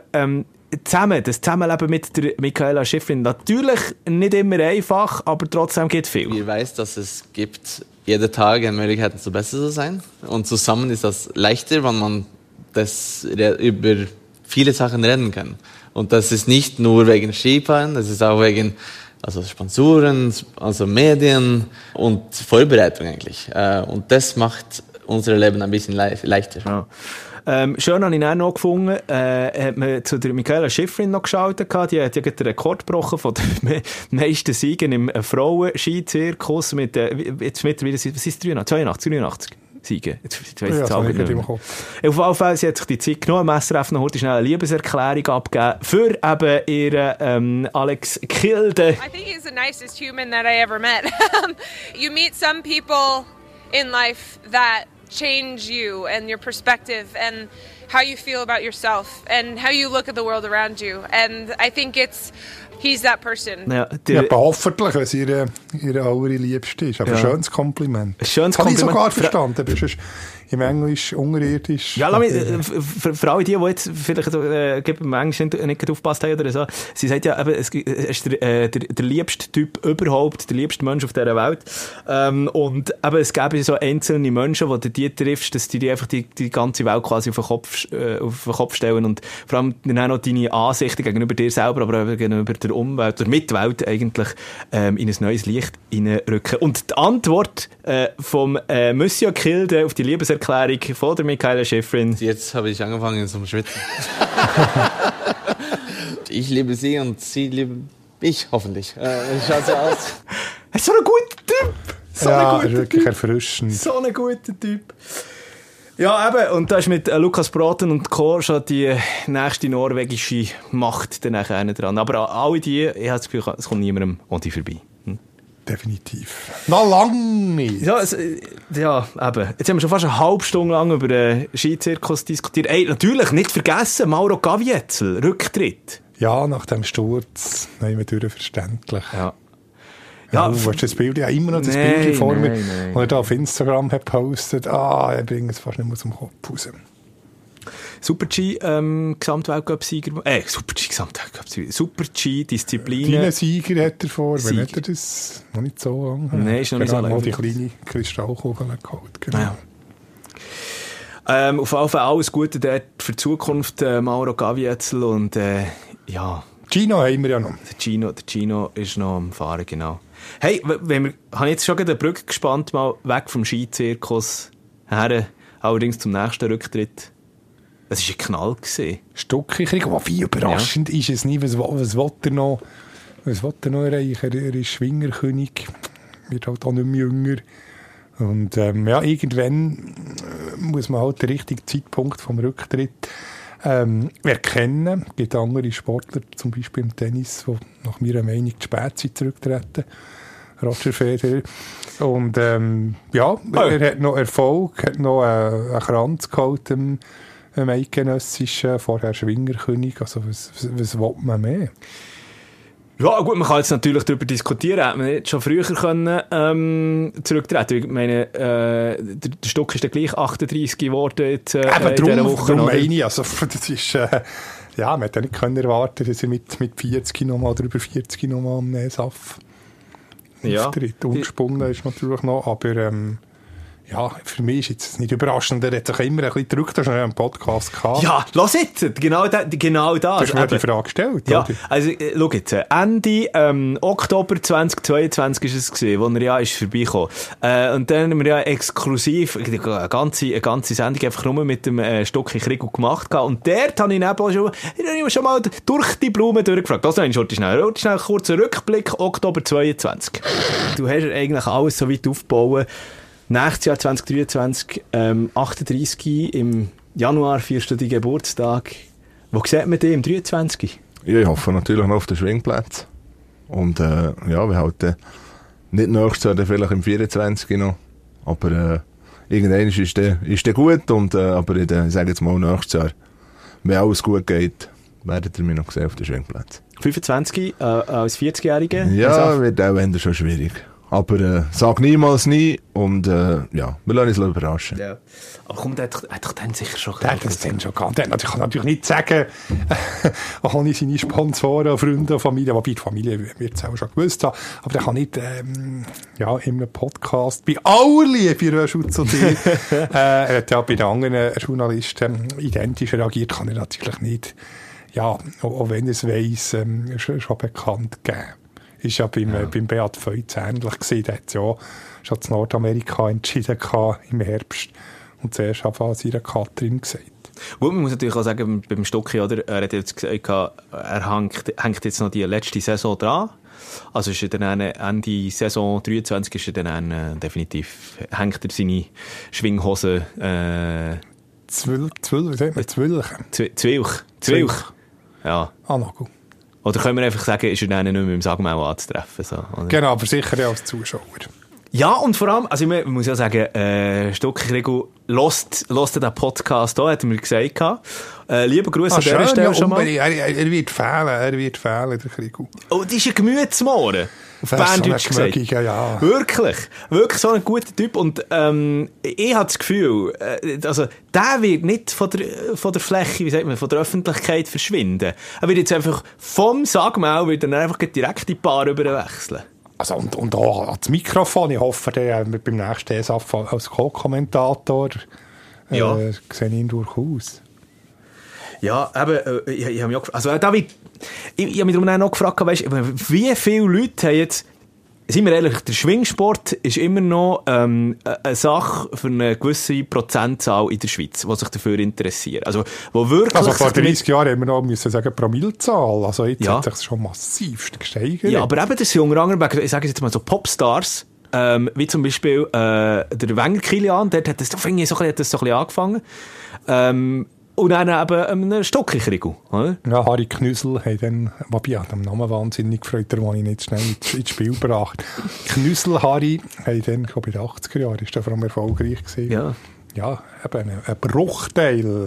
das Zusammenleben mit der Michaela Schifrin natürlich nicht immer einfach, aber trotzdem geht viel. Ich weiß, dass es gibt jeden Tag eine Möglichkeit, so besser zu sein. Und zusammen ist das leichter, wenn man das über viele Sachen reden kann. Und das ist nicht nur wegen Skifahren, das ist auch wegen Sponsoren, also Medien und Vorbereitung eigentlich. Und das macht unser Leben ein bisschen leichter. Ja. Schön habe ich auch noch gefunden, hat man zu der Michaela Schifrin noch geschaut. Die hat ja den Rekord gebrochen von den meisten Siegen im Frauen-Skizirkus mit, jetzt mittlerweile, was ist 83 Siegen. Jetzt weiss ich jetzt auch nicht mehr. Auf jeden Fall, sie hat sich die Zeit genommen, im SRF noch heute schnell eine Liebeserklärung abgegeben für eben ihren Alex Kilde. I think he's the nicest human that I ever met. You meet some people in life that change you and your perspective and how you feel about yourself and how you look at the world around you. And I think he's that person. Ja, hoffentlich, wenn es ihre allerliebste ist. Aber schönes Kompliment. Das habe ich sogar verstanden. Im Englisch, unterirdisch. Ja, lass mich, für alle die jetzt vielleicht im Englisch nicht aufgepasst haben oder so, sie sagt ja, eben, es ist der liebste Typ überhaupt, der liebste Mensch auf dieser Welt. Und eben, es gäbe so einzelne Menschen, die du die triffst, dass die einfach die ganze Welt quasi auf den Kopf stellen und vor allem dann auch noch deine Ansichten gegenüber dir selber, aber auch gegenüber der Umwelt, der Mitwelt eigentlich in ein neues Licht hineinrücken. Und die Antwort vom Monsieur Kilde auf die Liebeserklärung von der Michaela Schifrin. Jetzt habe ich angefangen zum Schwitzen. Ich liebe sie und sie liebt mich, hoffentlich. Schaut so aus. So ein guter Typ! Ist wirklich erfrischend. So ein guter Typ. Ja, eben, und da ist mit Lukas Braten und Co. schon die nächste norwegische Macht dann nachher dran. Aber alle die, ich habe das Gefühl, es kommt niemandem an die vorbei. Definitiv. Noch lange nicht. Ja, eben. Jetzt haben wir schon fast eine halbe Stunde lang über den Skizirkus diskutiert. Ey, natürlich nicht vergessen, Mauro Gavietzel, Rücktritt. Ja, nach dem Sturz, verständlich. Ja. Hast du das Bild? Ja, immer noch das Bild vor mir, das er da auf Instagram hat gepostet. Ich bringe es fast nicht mehr aus dem Kopf raus. Super-G Gesamtweltcup-Sieger. Super-G Gesamtweltcup-Sieger. Super-G-Disziplinen. Deinen Sieger hat er vor, wenn hat er das noch nicht so lange? Nein, ist noch nicht so lange. Mal die kleine Kristallkugel geholt. Genau. Ja. Auf jeden Fall alles Gute dort für die Zukunft, Mauro Gavietzel und ja. Gino haben wir ja noch. Der Gino ist noch am Fahren, genau. Hey, habe ich jetzt schon eine Brücke gespannt, mal weg vom Skizirkus her, allerdings zum nächsten Rücktritt. Es war ein Knall gewesen. Stucki-Krieg, aber wie überraschend ist es nicht, was will er noch erreichen? Er ist Schwingerkönig, wird halt auch nicht mehr jünger. Und ja, irgendwann muss man halt den richtigen Zeitpunkt vom Rücktritt erkennen. Es gibt andere Sportler, zum Beispiel im Tennis, die nach meiner Meinung zu spät sind zurücktreten. Roger Federer. Und ja, er hat noch Erfolg, hat noch einen Kranz geholt im Eidgenössischen, vorher Schwingerkönig. Also was will man mehr? Ja gut, man kann jetzt natürlich darüber diskutieren, hätte man nicht schon früher können, zurücktreten. Ich meine, der Stuck ist dann gleich 38 geworden in dieser Woche. Darum meine ich, also das ist, ja, man hätte nicht können erwarten, dass er mit 40 nochmal, oder über 40 nochmal am NESAF auftritt. Ungesponnen ist natürlich noch, aber ja, für mich ist jetzt nicht überraschend. Er hat sich immer ein bisschen gedrückt, hast du noch einen Podcast gehabt. Ja, lass jetzt! Genau das. Du hast mir die Frage gestellt, ja, oder? Also, schau jetzt. Ende Oktober 2022 ist es gewesen, wo er ja ist vorbeigekommen. Und dann haben wir ja exklusiv eine ganze Sendung einfach nur mit dem Stucki-Krieg gemacht. Und dort habe ich schon mal durch die Blumen durchgefragt. Das ist schnell kurz ein Rückblick, Oktober 22. Du hast eigentlich alles so weit aufgebaut. Nächstes Jahr 2023, 38 im Januar, 4. Geburtstag. Wo sieht man den im 23? Ja, ich hoffe natürlich noch auf den Schwingplatz. Und ja, wir halten nicht nächstes Jahr, vielleicht im 24 noch. Aber irgendwann ist der gut. Und, aber ich sage jetzt mal nächstes Jahr, wenn alles gut geht, werdet ihr mich noch sehen auf den Schwingplatz. 25 als 40-Jähriger? Ja, wird auch eher schon schwierig. Aber sag niemals nie und ja, wir lassen uns überraschen. Ja. Aber komm, der hat doch dann sicher schon gehabt. Der hat das dann schon gehabt. Ich kann natürlich nicht sagen, ohne seine Sponsoren, Freunde, Familie, wobei die Familie wird es auch schon gewusst haben, aber der kann nicht ja, in einem Podcast bei aller Liebe Röschel zu dir, er hat ja bei den anderen Journalisten identisch reagiert, kann er natürlich nicht, ja, auch wenn er es weiss, schon bekannt geben. Ist ja beim Beat Feutz ähnlich gewesen. Der hat ja schon in Nordamerika entschieden im Herbst. Und zuerst hat er seiner Katrin gesagt. Gut, man muss natürlich auch sagen, beim Stucki, oder? Er hat jetzt gesagt, er hängt jetzt noch die letzte Saison dran. Also ist er dann Ende Saison 23 ist er dann definitiv, hängt er seine Schwinghosen, Zwilch. Ja. Ah, na gut. Oder können wir einfach sagen, ist er dann nicht mehr im Sagmau anzutreffen? So, oder? Genau, aber sicher ja als Zuschauer. Ja, und vor allem, also ich muss ja sagen, Stucki-Krieg hört den Podcast auch, hat er mir gesagt. Lieber Gruß an dieser Stelle schon mal. Er wird fehlen, der Krieg. Oh, das ist ein Gemütsmohren. Auf Berndeutsch gesagt. Ja. Wirklich so ein guter Typ. Und ich habe das Gefühl, also der wird nicht von der Fläche, wie sagt man, von der Öffentlichkeit verschwinden. Er wird jetzt einfach vom Sagmau dann einfach direkt in die Bar überwechseln. Also und auch ans Mikrofon. Ich hoffe, der beim nächsten ESAF als Co-Kommentator sehe ich ihn durchaus. Ja, eben, ich habe mich auch gefragt, also David, ich habe mich darum noch gefragt, weißt, wie viele Leute haben jetzt, seien wir ehrlich, der Schwingsport ist immer noch eine Sache für eine gewisse Prozentzahl in der Schweiz, die sich dafür interessieren. Also, wo wirklich also vor 30 Jahren haben wir noch müssen sagen Promillezahl. Also jetzt hat sich schon massivst gesteigert. Ja, aber eben das unter anderem, ich sage jetzt mal so Popstars, wie zum Beispiel der Wenger Kilian, dort hat das so ein bisschen angefangen. Und dann eben einen Stucki-Krieg, oder? Ja, Harry Knüssel hat dann, wobei ich dem Namen wahnsinnig gefreut, den ich nicht schnell ins Spiel gebracht. Knüssel Harry hat dann, glaube ich, in den 80er Jahren ist der vor allem erfolgreich gewesen. Ja. Ja, eben ein Bruchteil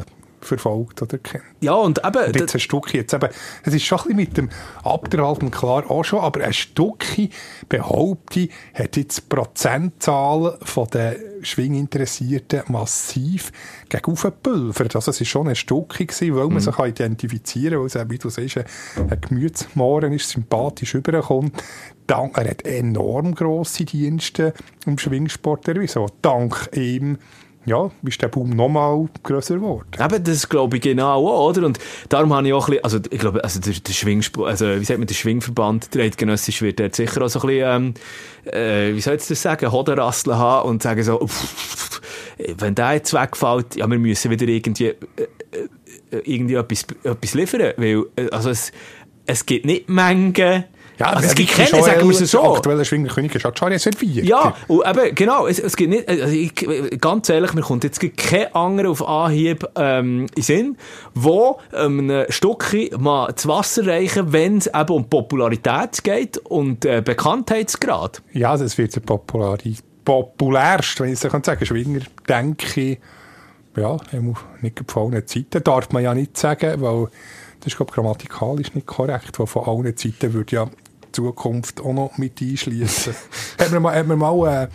verfolgt oder kennt. Ja, und eben... Und jetzt ein Stückchen, jetzt eben, es ist schon ein bisschen mit dem Abderhalten klar auch schon, aber ein Stückchen, behaupte ich, hat jetzt die Prozentzahl von den Schwinginteressierten massiv gegenübergepulvert. Also es war schon ein Stückchen gewesen, weil man sich identifizieren kann, weil es eben, wie du sagst, ein Gemütsmohren ist, sympathisch rüberkommt. Er hat enorm grosse Dienste im Schwingsport erwiesen. Und dank ihm ist der Boom nochmal grösser geworden. Eben, das glaube ich genau auch, oder? Und darum habe ich auch ein bisschen, also ich glaube, also der Schwingsport, also wie sagt man, der Schwingverband, der eidgenössisch wird, der hat sicher auch so ein bisschen, wie soll ich das sagen, Hodenrasseln haben und sagen so, wenn der jetzt wegfällt, ja, wir müssen wieder irgendwie etwas liefern, weil, also es gibt nicht Mengen. Ja, also es gibt keine, sagen wir es so. Aktueller Schwingerkönig ist Acharya serviert. Ja, und eben, genau, es gibt nicht, also ganz ehrlich, mir kommt jetzt kein anderer auf Anhieb in Sinn, wo ein Stückchen mal das Wasser reichen, wenn es eben um Popularität geht und Bekanntheitsgrad. Ja, also es wird der populärste, wenn ich es sagen kann, Schwinger, denke ich, ja, nicht gefallene Zeiten, darf man ja nicht sagen, weil das ist, glaube ich, grammatikalisch nicht korrekt, weil von allen Zeiten würde ja die Zukunft auch noch mit einschliessen. hat mir mal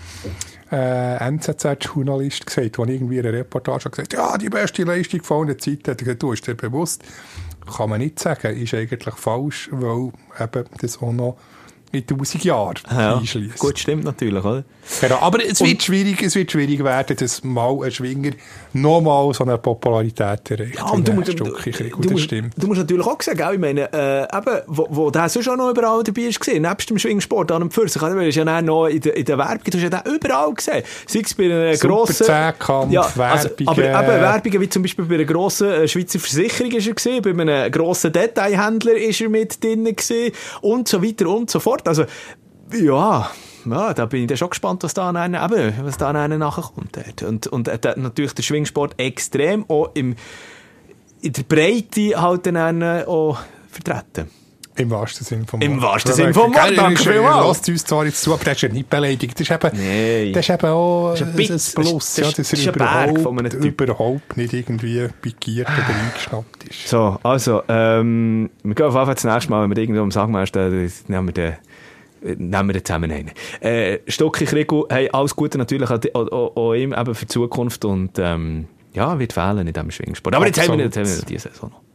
NZZ-Journalist gesagt, der irgendwie in einer Reportage hat gesagt, ja, die beste Leistung von allen Zeiten, hat er gesagt, du, ist dir bewusst, kann man nicht sagen, ist eigentlich falsch, weil eben das auch noch in 1000 Jahren einschließt. Gut, stimmt natürlich, oder? Genau, aber es wird schwierig werden, dass mal ein Schwinger nochmal so eine Popularität erreicht. Ja, und du musst natürlich auch sagen, ich meine, eben, wo der sonst auch noch überall dabei ist gesehen, nebst dem Schwingsport an und für sich, weil ist ja dann noch in der Werbung, du hast ja den überall gesehen. Sei es bei einer grossen... Zehnkampf, Werbungen. Aber eben Werbungen, wie zum Beispiel bei einer grossen Schweizer Versicherung ist er gesehen, bei einem grossen Detailhändler ist er mit drin gesehen und so weiter und so fort. Also, ja, da bin ich dann schon gespannt, was da nachkommt. Und natürlich der Schwingsport extrem auch in der Breite halt dann auch vertreten. Im wahrsten Sinne vom Wort. Im wahrsten Sinne vom Wort, danke vielmals. Lasst uns zwar jetzt zu, aber das ist ja nicht beleidigt. Das ist eben auch ein Plus, dass er überhaupt nicht irgendwie pikiert oder eingeschnappt ist. So, also, wir gehen auf jeden Fall das nächste Mal, wenn wir irgendwo am Sagen stehen, nehmen wir zusammen rein. Stocki, Krigu, hey, alles Gute natürlich auch ihm eben für die Zukunft und wird fehlen in diesem Schwingsport. Aber jetzt haben wir diese Saison noch.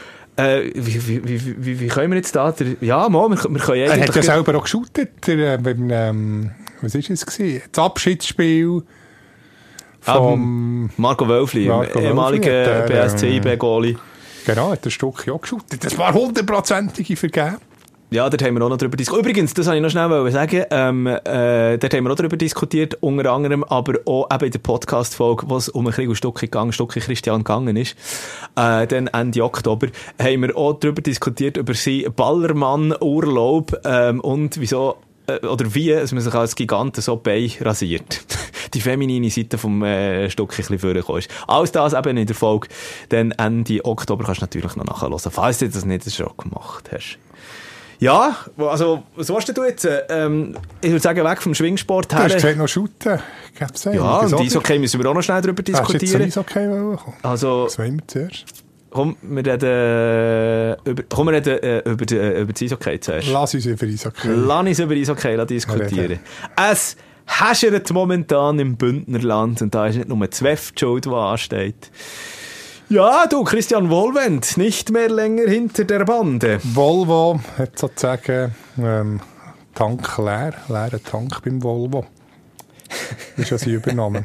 Wie können wir jetzt da... wir können eigentlich... Er hat ja selber auch geshootet, was war es gewesen? Das Abschiedsspiel vom... Marco Wölfli, ehemaliger BSC-IB-Goalie. Genau, hat der Stocki auch geshootet. Das war 100%ige vergeben. Ja, dort haben wir auch noch drüber diskutiert. Übrigens, das wollte ich noch schnell sagen, dort haben wir auch drüber diskutiert, unter anderem, aber auch eben in der Podcast-Folge, wo es um ein bisschen Stocki Christian gegangen ist, dann Ende Oktober, haben wir auch drüber diskutiert, über seinen Ballermann-Urlaub, und wieso, oder wie man sich als Giganten so Bein rasiert. Die feminine Seite vom Stocki ein bisschen vorgekommen ist. Alles das eben in der Folge, dann Ende Oktober kannst du natürlich noch nachhören, falls du das nicht schon gemacht hast. Ja, also, was willst du jetzt? Ich würde sagen, weg vom Schwingsport her. Du hast gesagt, noch shooten. Ja, und Eishockey müssen wir auch noch schnell darüber diskutieren. Hast du jetzt Eishockey also, was wollen wir zuerst? Komm, wir reden über das Eishockey zuerst. Lass uns über Eishockey diskutieren. Es häschert momentan im Bündnerland und da ist nicht nur Zweff die Schuld, die ansteht. Ja, du, Christian Wohlwend, nicht mehr länger hinter der Bande. Volvo hat sozusagen Tank leeren Tank beim Volvo. Das ist ja sein Übernahme.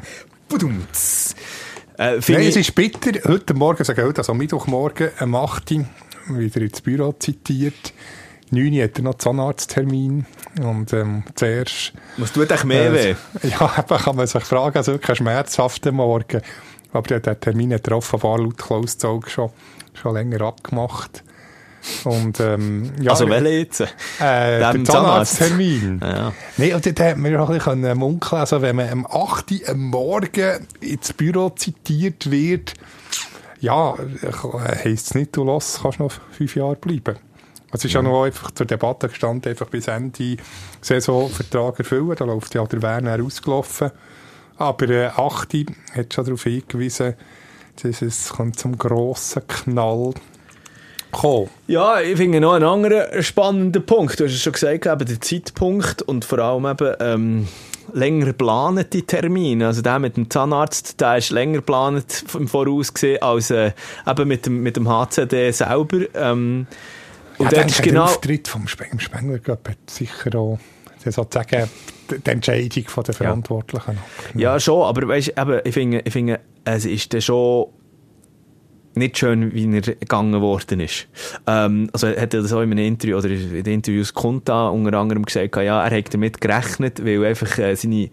Nein, es ist bitter. Heute Morgen, also Mittwochmorgen, am 8. wieder ins Büro zitiert. 9 Uhr hat er noch Zahnarzttermin. Und zuerst... Was tut euch mehr weh? Ja, eben kann man sich fragen, also wirklich ein schmerzhafter Morgen. Aber der Termin hat er offenbar laut Klaus-Zog schon länger abgemacht. Und, also welcher jetzt? Der Zahnarzttermin. Ja. Nein, und dort hat man auch ein bisschen munkeln. Also wenn man am 8. am Morgen ins Büro zitiert wird, ja, heisst es nicht, du kannst noch 5 Jahre bleiben. Es ist ja noch einfach zur Debatte gestanden, einfach bis Ende Saisonvertrag erfüllen. Da läuft ja der Werner ausgelaufen. Aber 8. hat schon darauf hingewiesen, es kommt zum grossen Knall kommen. Ja, ich finde noch einen anderen spannenden Punkt. Du hast es schon gesagt, eben der Zeitpunkt und vor allem eben länger geplante Termine. Also der mit dem Zahnarzt, der ist länger geplant im Voraus gesehen als eben mit dem HCD selber. Und ja, dort ist genau... Der Auftritt vom Spengler hat sicher auch sozusagen die Entscheidung der Verantwortlichen. Ja, schon, aber weißt, eben, ich finde, es ist dann schon nicht schön, wie er gegangen worden ist. Also er hat das auch in einem Interview oder in den Interviews Kunta unter anderem gesagt, ja, er hat damit gerechnet, weil einfach seine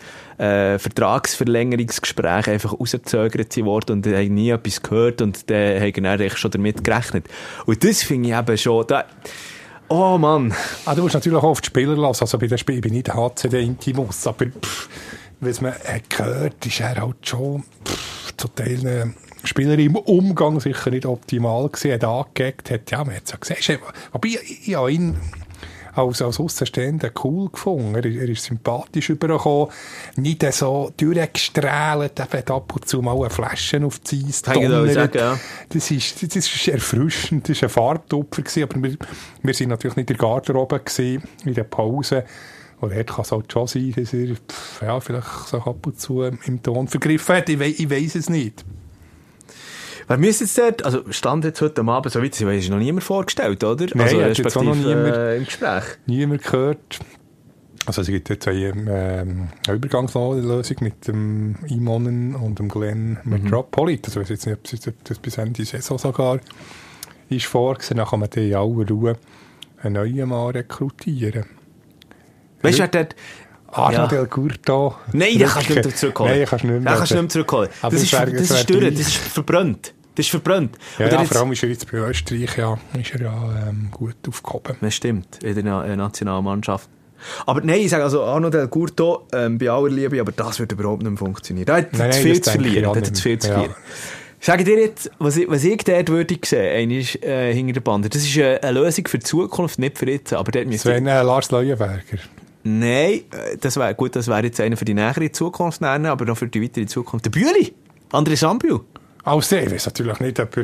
Vertragsverlängerungsgespräche einfach rausgezögert wurden und er hat nie etwas gehört und dann hat er eigentlich schon damit gerechnet. Und das finde ich eben schon... Oh Mann. Du musst natürlich auch auf die Spieler lassen. Also bei den Spielen bin ich der HCD Intimus, aber was man gehört, ist er halt schon zu Teilen Spieler im Umgang sicher nicht optimal gewesen. Er hat angegeben, man hat es ja gesehen. Aber ich habe ihn als Aussenstehender cool gefunden. Er ist sympathisch rübergekommen, nicht so durchgestrahlt, er hat ab und zu mal eine Flasche auf die Eis donnert. Ja. Das ist erfrischend, das war ein Fahrtopfer gewesen, aber wir sind natürlich nicht in der Garderobe gewesen, in der Pause. Und dort kann es halt schon sein, dass er vielleicht so ab und zu im Ton vergriffen hat. Ich weiss es nicht. Wer müsste jetzt dort, also stand jetzt heute Abend, so weit ist noch niemand vorgestellt, oder? Nein, also hat jetzt auch noch niemand im Gespräch. Niemand gehört. Also es gibt jetzt eine Übergangslösung mit dem Imonen und dem Glenn Metropolit. Also ich weiß jetzt nicht, ob das bis Ende der Saison sogar ist vorgesehen. Dann kann man in aller Ruhe einen neuen Mann rekrutieren. Weißt du, wer dort... Arno Del Curto. Nein, den kannst du nicht mehr zurückholen. Nein, kannst du nicht mehr zurückholen. Das ist durch, das ist verbrannt. Das ist verbrannt. Ja, vor allem ist er jetzt bei Österreich ist er gut aufgehoben. Das stimmt, in der Nationalmannschaft. Aber nein, ich sage also Arno Del Curto, bei aller Liebe, aber das wird überhaupt nicht mehr funktionieren. Da hat es viel zu verlieren. Ich sage dir jetzt, was ich dort würde sehen, hinter der Bande, das ist eine Lösung für die Zukunft, nicht für jetzt. Aber dort Sven Lars Leuenberger. Nein, das wäre jetzt einer für die nähere Zukunft nennen, aber noch für die weitere Zukunft. Der Bühli, André Sambiu. Ich weiß natürlich nicht, ob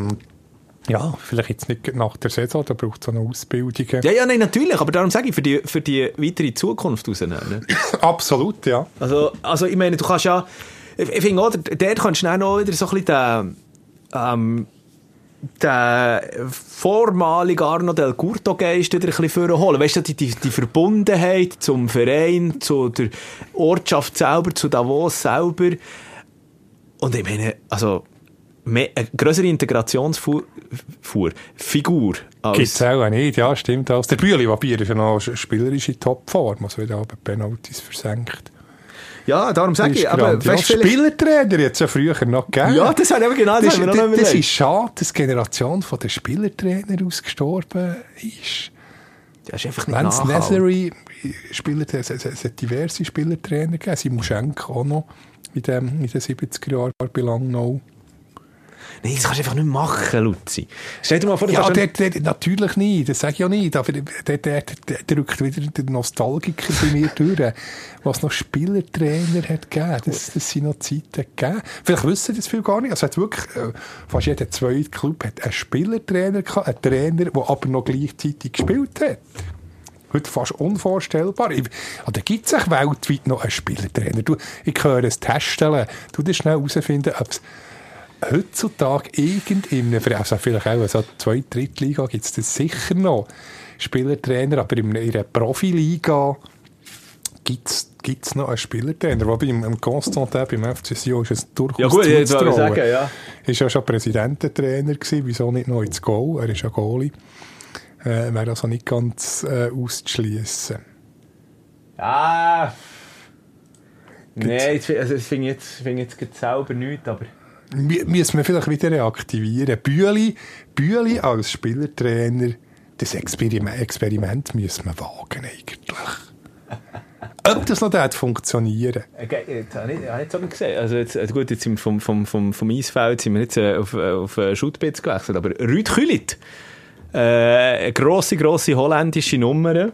er, vielleicht jetzt nicht nach der Saison, da braucht es eine Ausbildung. Ja, nein, natürlich, aber darum sage ich, für die weitere Zukunft rausnehmen. Absolut, ja. Also ich meine, du kannst ja, ich finde auch, dort kannst du noch wieder so ein bisschen den vormaligen Arno Del Curto-Geist wieder ein bisschen vorholen. Weißt du, die Verbundenheit zum Verein, zu der Ortschaft selber, zu Davos selber. Und ich meine, also, eine grössere Integrationsfigur. Gibt es auch nicht, ja, stimmt. Als der Bühli Wabier ist ja noch spielerische Topform, also wieder aber Penalties versenkt. Ja, darum sage ich. Aber Spielertrainer jetzt ja früher noch gegeben. Ja, das habe ich genau das ist schade, dass die Generation der Spielertrainer ausgestorben ist. Das ist einfach nicht Lance Nethery, es hat diverse Spielertrainer gegeben. Simuschenko auch noch in den 70er Jahren bei Langnau. Nein, das kannst du einfach nicht machen, Luzi. Stell dir mal vor, natürlich nicht, das sage ich ja nicht, aber der drückt wieder der Nostalgiker bei mir durch, was noch Spielertrainer hat gegeben, das sind noch Zeiten gegeben. Vielleicht wissen das viele gar nicht, also hat wirklich, fast jeder zweite Club hat einen Spielertrainer gehabt, einen Trainer, der aber noch gleichzeitig gespielt hat. Heute fast unvorstellbar. Da gibt es auch weltweit noch einen Spielertrainer. Ich höre es testen, du das schnell herausfinden, ob es heutzutage irgendeinem Verein, also vielleicht auch so 2. Drittliga gibt es das sicher noch, Spielertrainer, aber in einer Profiliga gibt es noch einen Spielertrainer, wobei im Constantin, beim FC Sion ist es durchaus sagen, ja. Ist ja schon Präsidententrainer gewesen, wieso nicht noch ins Goal, er ist ja Goalie, wäre also nicht ganz auszuschliessen. Nein, also ich finde jetzt selber nichts, aber... Müssen wir vielleicht wieder reaktivieren. Bühli als Spielertrainer, das Experiment müssen wir wagen eigentlich. Ob das noch funktionieren. Jetzt habe ich es aber gesehen. Also jetzt sind wir vom Eisfeld sind wir jetzt auf Schuttpitz gewechselt, aber Ruud Gullit, eine grosse holländische Nummer,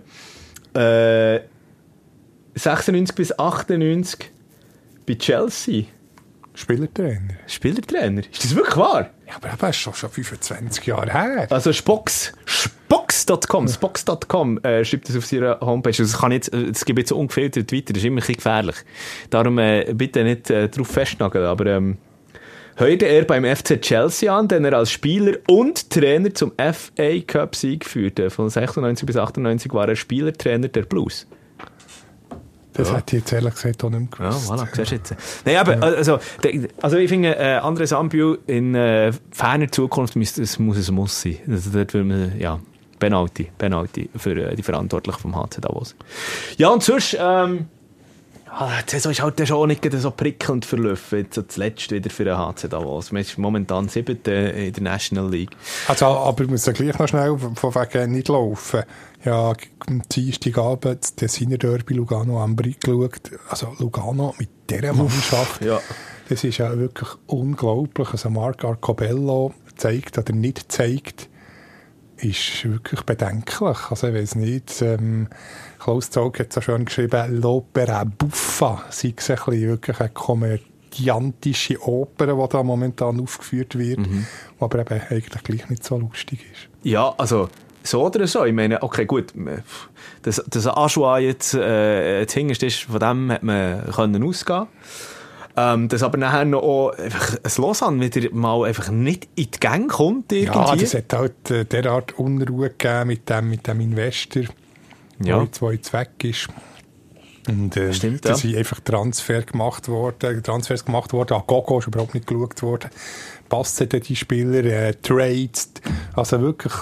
96 bis 98 bei Chelsea. Spielertrainer. Spielertrainer? Ist das wirklich wahr? Ja, aber das ist schon 25 Jahre her. Also Spox.com schreibt das auf seiner Homepage. Das gibt jetzt ungefiltert weiter, das ist immer ein bisschen gefährlich. Darum bitte nicht darauf festnageln. Aber heuerte er beim FC Chelsea an, den er als Spieler und Trainer zum FA Cup-Sieg führte. Von 96 bis 98 war er Spielertrainer der Blues. Das hätte ich jetzt ehrlich gesagt auch nicht mehr gewusst. Ja, voilà, siehst du jetzt. Nein, aber, also ich finde, André Sambiu in ferner Zukunft muss es sein. Also dort will man, ja, Penalty für die Verantwortlichen vom HC Davos. Ja, und sonst, die Saison ist halt schon auch nicht so prickelnd verlaufen. Jetzt so das Letzte wieder für den HC Davos. Man ist momentan 7. in der National League. Also, aber wir müssen gleich noch schnell von wegen nicht laufen. Ja, am Dienstagabend das Tessiner Derby Lugano Ambri geschaut. Also Lugano mit dieser Mannschaft. Ja. Das ist ja wirklich unglaublich. Also Marc Arcobello zeigt oder nicht zeigt, ist wirklich bedenklich. Also ich weiss nicht, Klaus Zaug hat so schön geschrieben, «L'opera buffa», sei es wirklich eine komödiantische Oper, die da momentan aufgeführt wird, die aber eben eigentlich gleich nicht so lustig ist. Ja, also so oder so. Ich meine, okay, gut, das Ajoa jetzt hinterst ist, von dem hat man können ausgehen. Dass aber nachher noch auch einfach ein Lausanne wieder mal einfach nicht in die Gänge kommt irgendwie. Ja, das hat halt derart Unruhe gegeben mit dem Investor, der jetzt weg ist. Und stimmt, da sind einfach Transfers gemacht worden. An Gogo ist überhaupt nicht geschaut worden. Passen denn die Spieler, Trades, also wirklich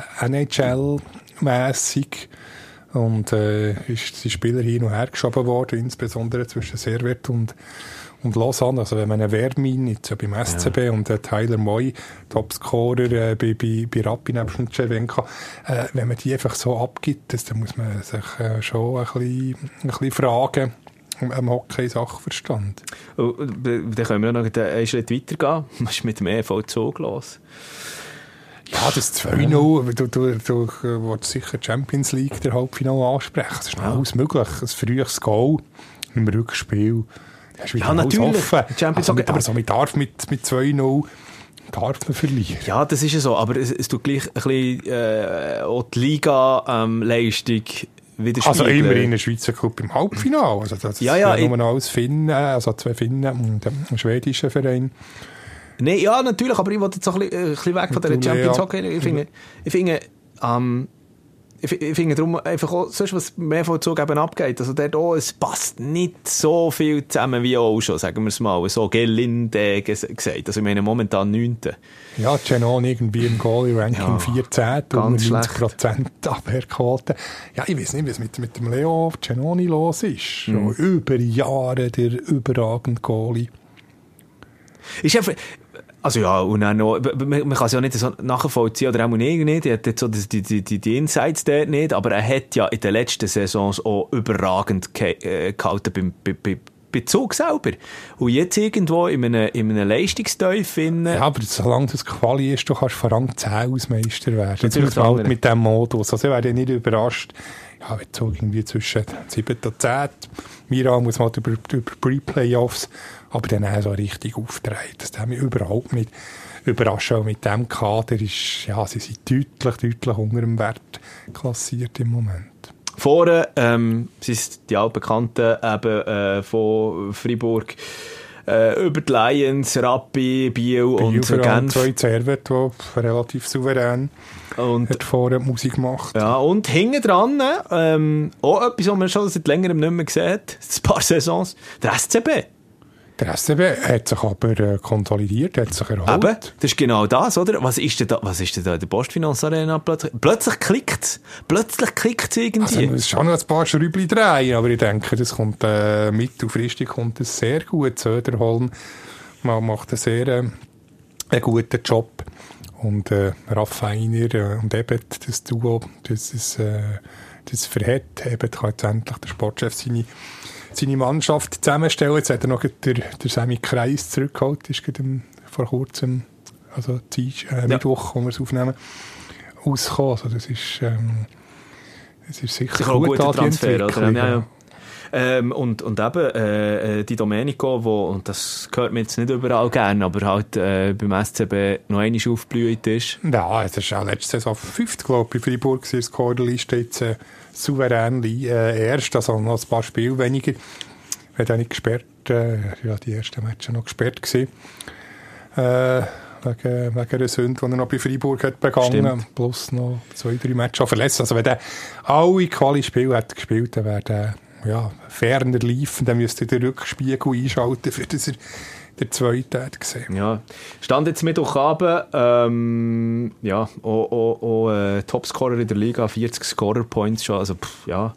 NHL-mässig. Und ist die Spieler hin und her geschoben worden, insbesondere zwischen Servette und Lausanne. Also wenn man einen Vermin, jetzt ja beim SCB und Tyler Moy, Topscorer bei Rappi nebst Cervenka, wenn man die einfach so abgibt, dann muss man sich schon ein bisschen fragen am Hockey-Sachverstand. Dann können wir noch einen Schritt weitergehen. Was ist mit dem EV Zug los? Ja, das 2-0, du willst sicher die Champions League der Halbfinale ansprechen. Das ist alles möglich. Ein frühes Goal im Rückspiel. Ja, natürlich. Champions League, aber man darf mit 2-0 darf man verlieren. Ja, das ist ja so. Aber es tut gleich ein bisschen auch die Liga-Leistung widerspiegeln. Also immerhin ein Schweizer Club im Halbfinale. Also das ist nur noch alles Finnen, also 2 Finnen und ein schwedischer Verein. Nein, ja, natürlich, aber ich wollte jetzt auch ein bisschen weg von der Champions Hockey. Ich finde darum einfach auch, sonst, was mehr von Zug eben abgeht, also dort auch, es passt nicht so viel zusammen wie auch schon, sagen wir es mal, so Gelinde gesagt, also ich meine momentan 9. Ja, Cenoni irgendwie im Goalie-Ranking 14, ganz 90% Abwehrquote. Ja, ich weiß nicht, was mit dem Leo Cenoni los ist. Schon über Jahre der überragende Goalie. Ist einfach, also ja, und dann noch, man kann es ja nicht so nachvollziehen, oder auch nicht, er hat jetzt so die Insights dort nicht, aber er hat ja in den letzten Saisons auch überragend gehalten bei Zug selber. Und jetzt irgendwo in einem Leistungsteuf finden. Ja, aber solange das Quali ist, du kannst vor Rang 10 Ausmeister werden. Jetzt muss man halt mit diesem Modus. Also ich wäre nicht überrascht, ja, wenn Zug irgendwie zwischen 7 und 10. Mira muss man halt über Pre-Playoffs, aber dann auch so richtig auftreten. Das hat mich überhaupt nicht überrascht. Mit diesem Kader ist, ja, sie sind deutlich unter dem Wert klassiert im Moment. Vorne sind die altbekannten eben von Freiburg über die Lions, Rappi, Biel und Genf. 2 Servette, die relativ souverän hat vorne Musik gemacht. Ja, und hinten dran auch etwas, was man schon seit längerem nicht mehr gesehen hat, ein paar Saisons, der SCB. Der SCB hat sich aber konsolidiert, hat sich erholt. Eben, das ist genau das, oder? Was ist denn da in der Postfinanzarena plötzlich? Plötzlich klickt es irgendwie. Also man muss schon noch ein paar Schräubchen drehen, aber ich denke, das kommt mittelfristig kommt das sehr gut. Söderholm macht einen sehr guten Job. Und Raffiner und Ebert, das Duo, das verhält. Ebert kann jetzt endlich der Sportchef seine Mannschaft zusammenstellen. Jetzt hat er noch der Sammy Kreis zurückgeholt, ist vor kurzem, also Mittwoch, wo wir es aufnehmen, rausgekommen. Also das ist sicher ein guter Transfer, oder? Ja. Und eben, die Domenico, und das hört man jetzt nicht überall gerne, aber halt beim SCB noch einmal aufgeblüht ist. Ja, es ist auch letzte Saison 5. glaube ich, bei Freiburg in der Scorerliste jetzt souverän erst, also noch ein paar Spiele weniger. Er hat auch nicht gesperrt, die ersten Matches noch gesperrt gewesen. Wegen einer Sünde, die er noch bei Freiburg hat begangen. Stimmt. Plus noch 2-3 Matches verletzt. Also wenn er alle Quali-Spiele hat gespielt, dann wäre der ferner liefen. Dann müsste er den Rückspiegel einschalten, für das er der Zweite hat gesehen. Ja, stand jetzt Mittwochabend, Topscorer in der Liga, 40 Scorer-Points schon, also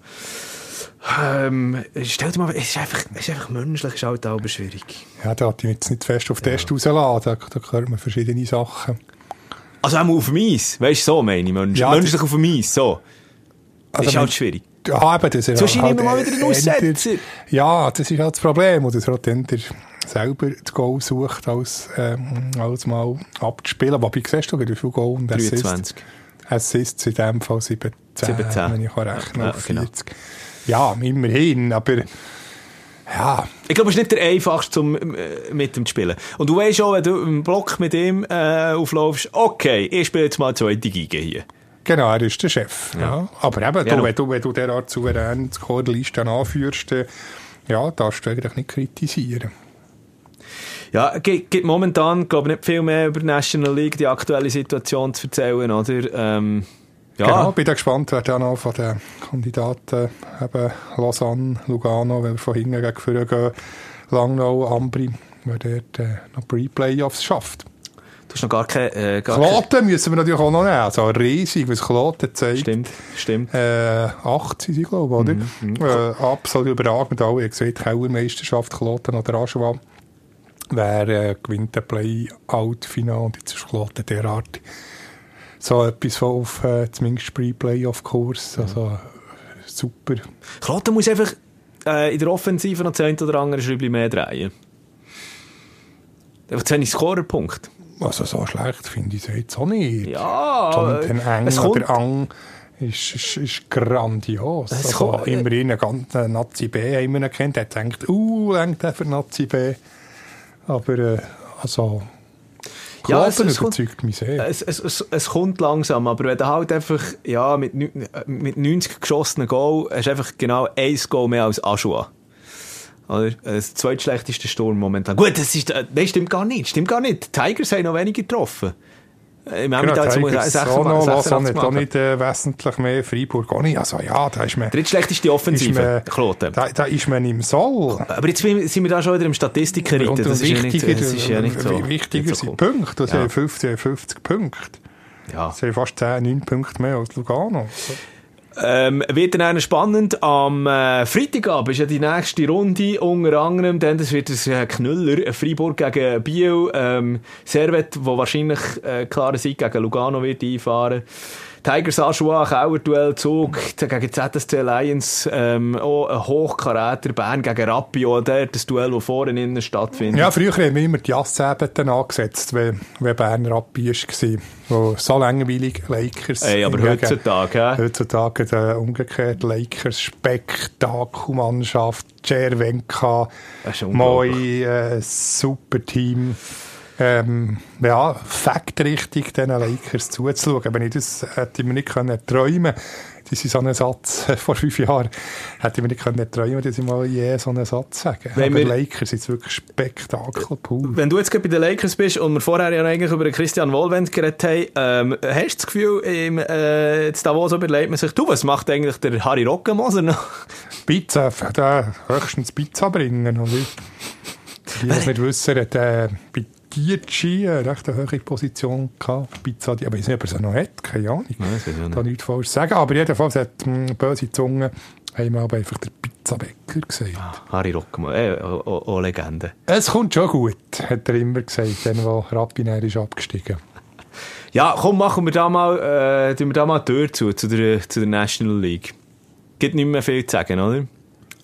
stell dir mal, es ist einfach menschlich, ist halt auch schwierig. Ja, da hat ich jetzt nicht fest auf Test rauslassen, da hört man verschiedene Sachen. Also auch auf dem Eis, weißt du, so meine ich, menschlich auf dem Eis, so. Also ist halt schwierig. Ja, eben, das ist so scheint immer mal wieder ein Aussetzer. Ja, das ist halt das Problem, und dass Rotender selber das Goal sucht, als mal abzuspielen. Wobei, siehst du, wie viel Goal und 23. Assists in dem Fall 17, wenn ich rechnen kann, 40. Genau. Ja, immerhin, aber ja. Ich glaube, es ist nicht der einfachste, mit ihm zu spielen. Und du weißt auch, wenn du im Block mit ihm auflaufst, okay, ich spiele jetzt mal 2 Geige hier. Genau, er ist der Chef. Ja. Aber eben, wenn du derart souverän die Scorerliste anführst, darfst du eigentlich nicht kritisieren. Ja, gibt momentan, glaube ich, nicht viel mehr über die National League, die aktuelle Situation zu erzählen, oder? Genau, bin da gespannt, wer da noch von den Kandidaten eben Lausanne, Lugano, weil wir von hinten gegen vorne gehen, Langnau, Ambri, wer dort noch Pre-Playoffs schafft. Du hast noch gar keine... Kloten müssen wir natürlich auch noch nehmen, also riesig, was Kloten zeigt. Stimmt. 8 sind sie, glaube ich, oder? Absolut überragend, alle haben gesehen, die Kellermeisterschaft, Kloten oder Aschua. Wer gewinnt ein Play-Out-Final, und jetzt ist Kloten derart so etwas von auf zumindest Pre-Playoff-Kurs, also super. Kloten muss einfach in der Offensive noch 10 oder andere Schräubchen mehr drehen. Einfach 10 Scorerpunkt. Also so schlecht finde ich es jetzt auch nicht. Ja, Jonathan Eng oder Ang ist grandios. Also immerhin einen ganzen Nazi B haben wir ihn kennt. Er hat gedacht, lenkt der für Nazi B. Aber Kloten überzeugt mich sehr. Es kommt langsam, aber wenn du halt einfach mit 90 geschossenen Goal hast du einfach genau 1 Goal mehr als Aschua. Oder? Das zweitschlechteste Sturm momentan. Gut, stimmt gar nicht. Die Tigers haben noch weniger getroffen. Genau, Tigers auch noch, Lausanne nicht, auch nicht wesentlich mehr, Freiburg auch nicht. Also ja, da ist man... Drittschlechteste Offensive, Kloten. Da ist man im Soll. Aber jetzt sind wir da schon wieder im Statistiker-Ritten. Das ist ja nicht so... Wichtiger sind Punkte. Das sind 50 Punkte. Ja. Das sind fast 9 Punkte mehr als Lugano. So. Wird dann spannend. Am Freitagabend ist ja die nächste Runde, unter anderem, denn das wird ein Knüller, Freiburg gegen Biel, Servet, wo wahrscheinlich klaren Sieg gegen Lugano wird einfahren. Tigers Aschua, Kauerduell, Zug gegen ZSC Lions, auch ein Hochkaräter, Bern gegen Rappi, das Duell, das vorne innen stattfindet. Ja, früher haben wir immer die Jasszäbeten angesetzt, wenn Bern Rappi war, wo so langweilig Lakers... Aber heutzutage umgekehrt Lakers, Spektakelmannschaft, Cervenka, Moi, super Team. Faktrichtig diesen Lakers zuzuschauen. Wenn ich das hätte ich mir nicht träumen können. Das ist so ein Satz vor 5 Jahren. Hätte ich mir nicht träumen, dass ich mal so einen Satz sagen. Aber die Lakers sind wirklich Spektakel pur. Wenn du jetzt bei den Lakers bist und wir vorher ja eigentlich über Christian Wohlwend geredet haben, hast du das Gefühl, in Davos überlegt man sich, was macht eigentlich der Harry Rockenmoser noch? Pizza, höchstens Pizza bringen. Und die es nicht wissen, hat bei Dietschi eine recht hohe Position gehabt. Pizza, aber ich weiß nicht, ob er sie noch hat, keine Ahnung. Ich kann nichts falsch sagen, aber jedenfalls hat böse Zunge einmal einfach der Pizzabäcker gesagt. Harry Rockenmoser, auch Legende. Es kommt schon gut, hat er immer gesagt, dann, wo Rapinär ist abgestiegen. Ja, komm, machen wir da mal die Tür zu der National League. Gibt nicht mehr viel zu sagen, oder?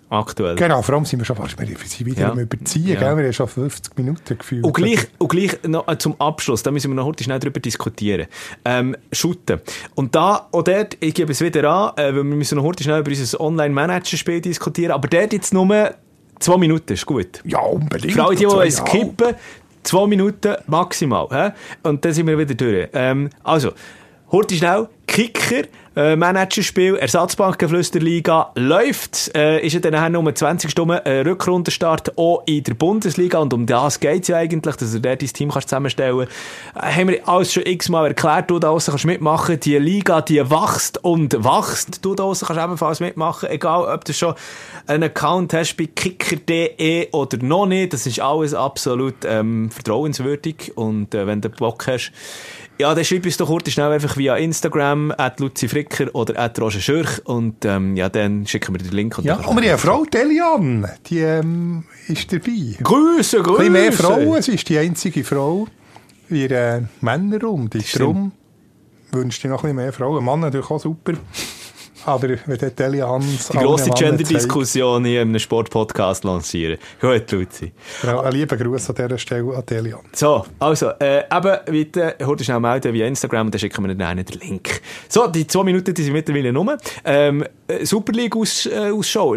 aktuell. Genau, vor allem sind wir schon fast wieder am Überziehen, gell? Wir haben schon 50 Minuten gefühlt. Und gleich noch zum Abschluss, da müssen wir noch heute schnell drüber diskutieren. Shooten. Und da, auch dort, ich gebe es wieder an, weil wir müssen noch heute schnell über unser Online-Manager-Spiel diskutieren, aber dort jetzt nur 2 Minuten, ist gut. Ja, unbedingt. Für alle, die es kippen, 2 Minuten maximal. Und dann sind wir wieder durch. Also, heute schnell, Kicker, Managerspiel, Ersatzbankenflüsterliga läuft. Ist ja dann nur 20 Stunden Rückrundenstart auch in der Bundesliga. Und um das geht es ja eigentlich, dass du dort dein Team zusammenstellen kannst. Haben wir alles schon x-mal erklärt. Du da draussen kannst mitmachen. Die Liga, die wächst und wächst. Du da draussen kannst ebenfalls mitmachen. Egal, ob du schon einen Account hast bei kicker.de oder noch nicht. Das ist alles absolut vertrauenswürdig. Und wenn du Bock hast, ja, dann schreib uns doch kurz schnell einfach via Instagram @LuziFricker oder @Roger Schürch und ja, dann schicken wir den Link. Und ja, und wir haben eine Frau, Delian, die ist dabei. Grüße! Ein bisschen mehr Frauen, sie ist die einzige Frau in einer Männerrunde. Darum wünsche ich noch ein bisschen mehr Frauen. Mann natürlich auch super. Aber wenn der Delian... Die grosse Gender-Diskussion hier in einem Sportpodcast lancieren. Gut, Luzi. Ja, einen lieben Gruß an dieser Stelle an Delian. So, also, eben, bitte, heute schnell melden via Instagram und dann schicken wir dann den Link. So, die 2 Minuten, die sind mittlerweile rum. Super League-Ausschau.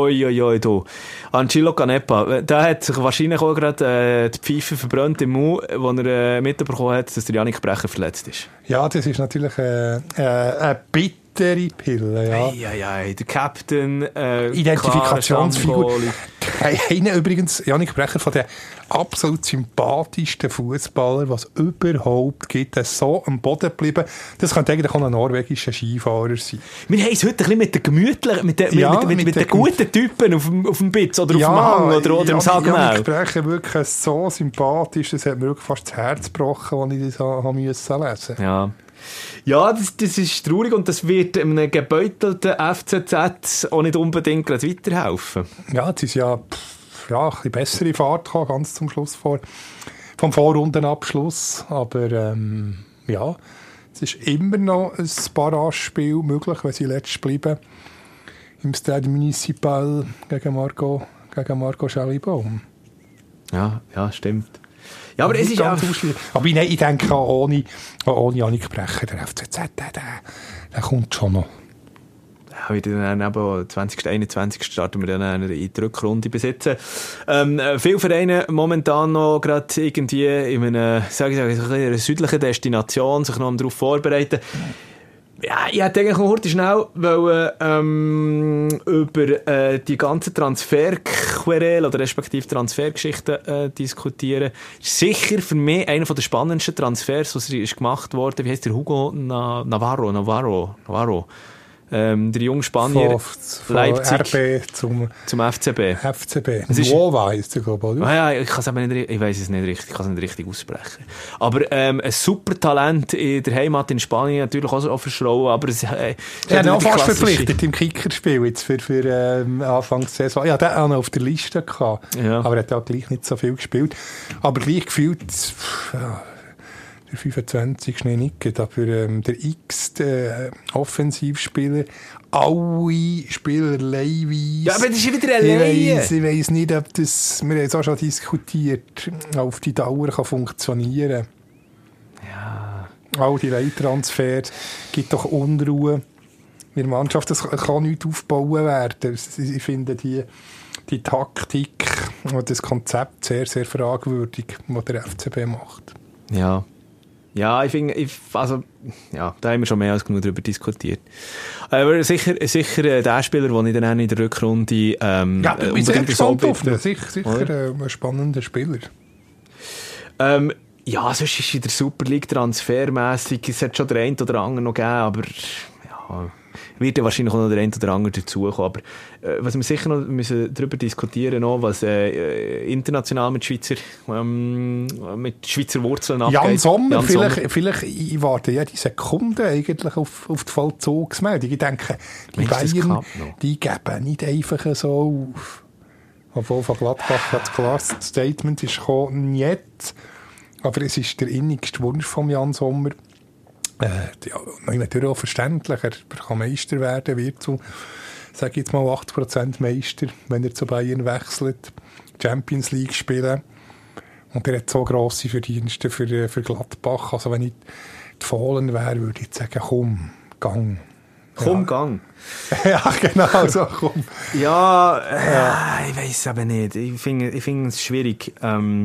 Du. Angelo Canepa, da hat sich wahrscheinlich auch gerade die Pfeife verbrannt im Mund, wo er mitbekommen hat, dass der Jannik Brecher verletzt ist. Ja, das ist natürlich ein bittere Pille, ja. Ja, der Captain, Identifikationsfigur. Einer übrigens, Jannik Brecher, von den absolut sympathischsten Fußballer, was überhaupt gibt. Er ist so am Boden geblieben. Das könnte eigentlich auch ein norwegischer Skifahrer sein. Wir haben es heute ein bisschen mit den gemütlichen, mit den guten Typen auf dem Bitz oder auf dem Hang oder im Sagnau. Jannik Brecher wirklich so sympathisch, das hat mir wirklich fast das Herz gebrochen, als ich das lesen musste. Ja, das ist traurig und das wird einem gebeutelten FCZ auch nicht unbedingt gerade weiterhelfen. Ja, jetzt ist ein bisschen bessere Fahrt gehabt, ganz zum Schluss vom Vorrundenabschluss. Aber es ist immer noch ein Barragespiel möglich, wenn sie letzt bleiben im Stade Municipal gegen Marco Schellibaum. Ja, stimmt. Ja, aber es ist auch... Aber ich denke auch ohne Jannik Brecher, der FCZ, der kommt schon noch. Ja, wieder dann eben 2021 starten wir dann in die Rückrunde besitzen. Viele Vereine momentan noch gerade irgendwie in einer südlichen Destination sich noch darauf vorbereiten. Ja, ich hätte eigentlich noch heute schnell über die ganzen Transferquerel oder respektive Transfergeschichten diskutieren. Sicher für mich einer der spannendsten Transfers, was ist gemacht worden. Wie heisst der? Hugo Navarro. Der junge Spanier, von Leipzig RB zum FCB. Nova ist der, glaube ich. Ja, ich weiss es nicht richtig, ich kann es nicht richtig aussprechen. Aber ein super Talent in der Heimat in Spanien, natürlich auch verschrauen, aber es er hat auch fast verpflichtet im Kickerspiel jetzt für Anfang der Saison. Ja, der hat noch auf der Liste gehabt, aber er hat auch gleich nicht so viel gespielt. Aber gleich gefühlt... Der 25. nicht, aber der Offensivspieler, alle Spieler leihweise. Ja, aber das ist wieder eine Leihe. Ich weiss nicht, ob das, wir haben es auch schon diskutiert, auf die Dauer kann funktionieren. Ja. All die Leihtransfers gibt doch Unruhe in der Mannschaft. Das kann nicht aufgebaut werden. Ich finde die Taktik und das Konzept sehr, sehr fragwürdig, was der FCB macht. Ja, ich finde, da haben wir schon mehr als genug darüber diskutiert. Aber sicher der Spieler, den ich dann auch in der Rückrunde ich bin sehr gespannt auf den. Sicher ein spannender Spieler. Ja, sonst ist in der Super League transfermässig, es hat schon der eine oder andere noch gegeben, aber ja, wird ja wahrscheinlich auch noch der eine oder andere dazukommen. Aber was wir sicher noch müssen darüber diskutieren noch, was international mit Schweizer Wurzeln abgeht. Jan Sommer, vielleicht ich warte jede Sekunde eigentlich auf die Vollzugsmeldung. Ich denke, die Bayern, die geben nicht einfach so auf. Obwohl von Gladbach das klares Statement ist gekommen, nicht. Aber es ist der innigste Wunsch von Jan Sommer. Natürlich auch verständlich, er kann Meister werden, wird sage ich jetzt mal 80% Meister, wenn er zu Bayern wechselt, Champions League spielen. Und er hat so grosse Verdienste für Gladbach. Also wenn ich die Fohlen wäre, würde ich sagen, komm, gang. Komm, gang. Ja, genau, so komm. Ja, ich weiss aber nicht. Ich finde es schwierig.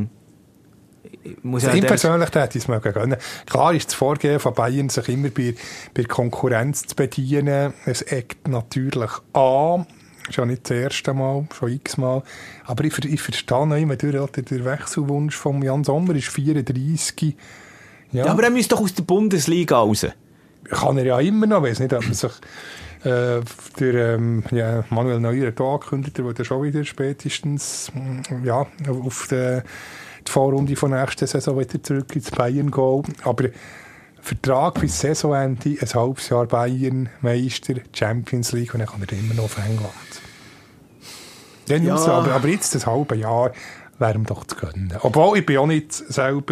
Ihm persönlich hätte ich es mögen gönnen. Klar ist das Vorgehen von Bayern, sich immer bei Konkurrenz zu bedienen. Es eckt natürlich an. Schon nicht das erste Mal, schon x-mal. Aber ich verstehe noch immer, der Wechselwunsch von Jan Sommer ist 34. Ja, aber er müsste doch aus der Bundesliga raus. Kann er ja immer noch. Ich weiss nicht, ob man sich Manuel Neuer hat angekündigt, der wird schon wieder spätestens auf die Vorrunde von nächster Saison wieder zurück ins Bayern gehen. Aber Vertrag bis Saisonende, ein halbes Jahr Bayern, Meister, Champions League und dann kann er immer noch auf England. Raus, aber jetzt das halbe Jahr wäre ihm doch zu gönnen. Obwohl ich bin auch nicht selber,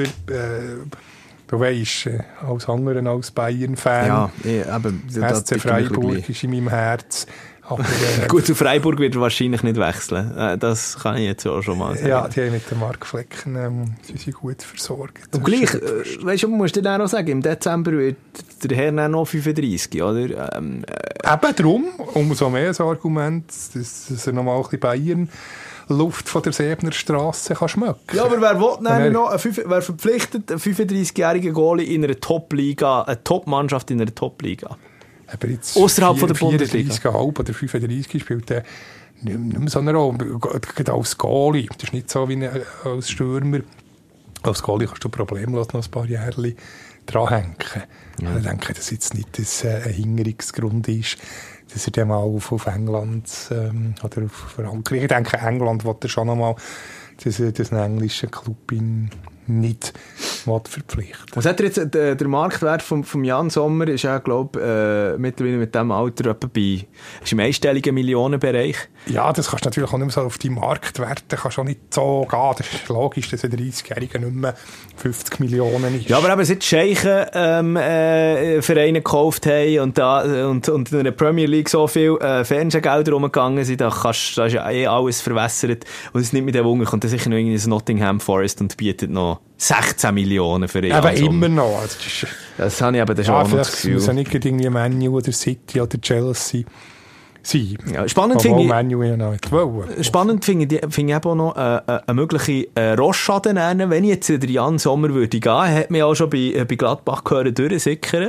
du weisst, als anderen als Bayern-Fan. Ja, aber SC Freiburg ist in meinem Herz. Aber, gut, zu Freiburg wird er wahrscheinlich nicht wechseln. Das kann ich jetzt auch schon mal sagen. Ja, die haben mit den Mark Flecken sie sind gut versorgt. Und gleich, weißt du, musst du dann auch sagen, im Dezember wird der Herr dann noch 35, oder? Eben darum, umso mehr ein Argument, dass er nochmal ein bisschen Bayern Luft von der Säbner Strasse kann schmecken. Ja, aber wer will dann noch, wer verpflichtet einen 35-jährigen Goalie in einer Top-Liga, eine Top-Mannschaft in einer Top-Liga? Außerhalb von der Bundesliga. 34,5 oder 35 spielt er nicht mehr so eine Rolle. Gerade als Goalie. Das ist nicht so wie als Stürmer. Als Goalie kannst du problemlos noch ein paar Jahre dranhängen. Ja. Ich denke, dass jetzt nicht ein Hinderungsgrund ist, dass er dann mal auf England oder auf Frankreich. Ich denke, England will er schon noch mal, dass ein englischer Club ihn nicht verpflichten. Was hat er jetzt, der Marktwert vom Jan Sommer ist ja, glaube ich, mittlerweile mit diesem Alter etwa ist im einstelligen Millionenbereich. Ja, das kannst du natürlich auch nicht mehr so auf die Marktwerte kannst du auch nicht so gehen. Das ist logisch, dass ein 30-Jähriger nicht mehr 50 Millionen ist. Ja, aber seit Scheichen Vereine gekauft haben und in der Premier League so viel Fernsehgelder rumgegangen sind, da ist ja alles verwässert und es nicht mit dem Wunder, kommt dann sicher noch irgendwie ins Nottingham Forest und bietet noch 16 Millionen für ihn. Aber immer noch. Also das habe ich aber schon noch das Gefühl. Muss ja nicht irgendwie Man U oder City oder Chelsea sein. Ja, spannend finde ich eben auch noch eine mögliche Rostschaden nennen. Wenn jetzt der Jan Sommer würde gehen, hat man ja auch schon bei Gladbach gehört, durchsickern.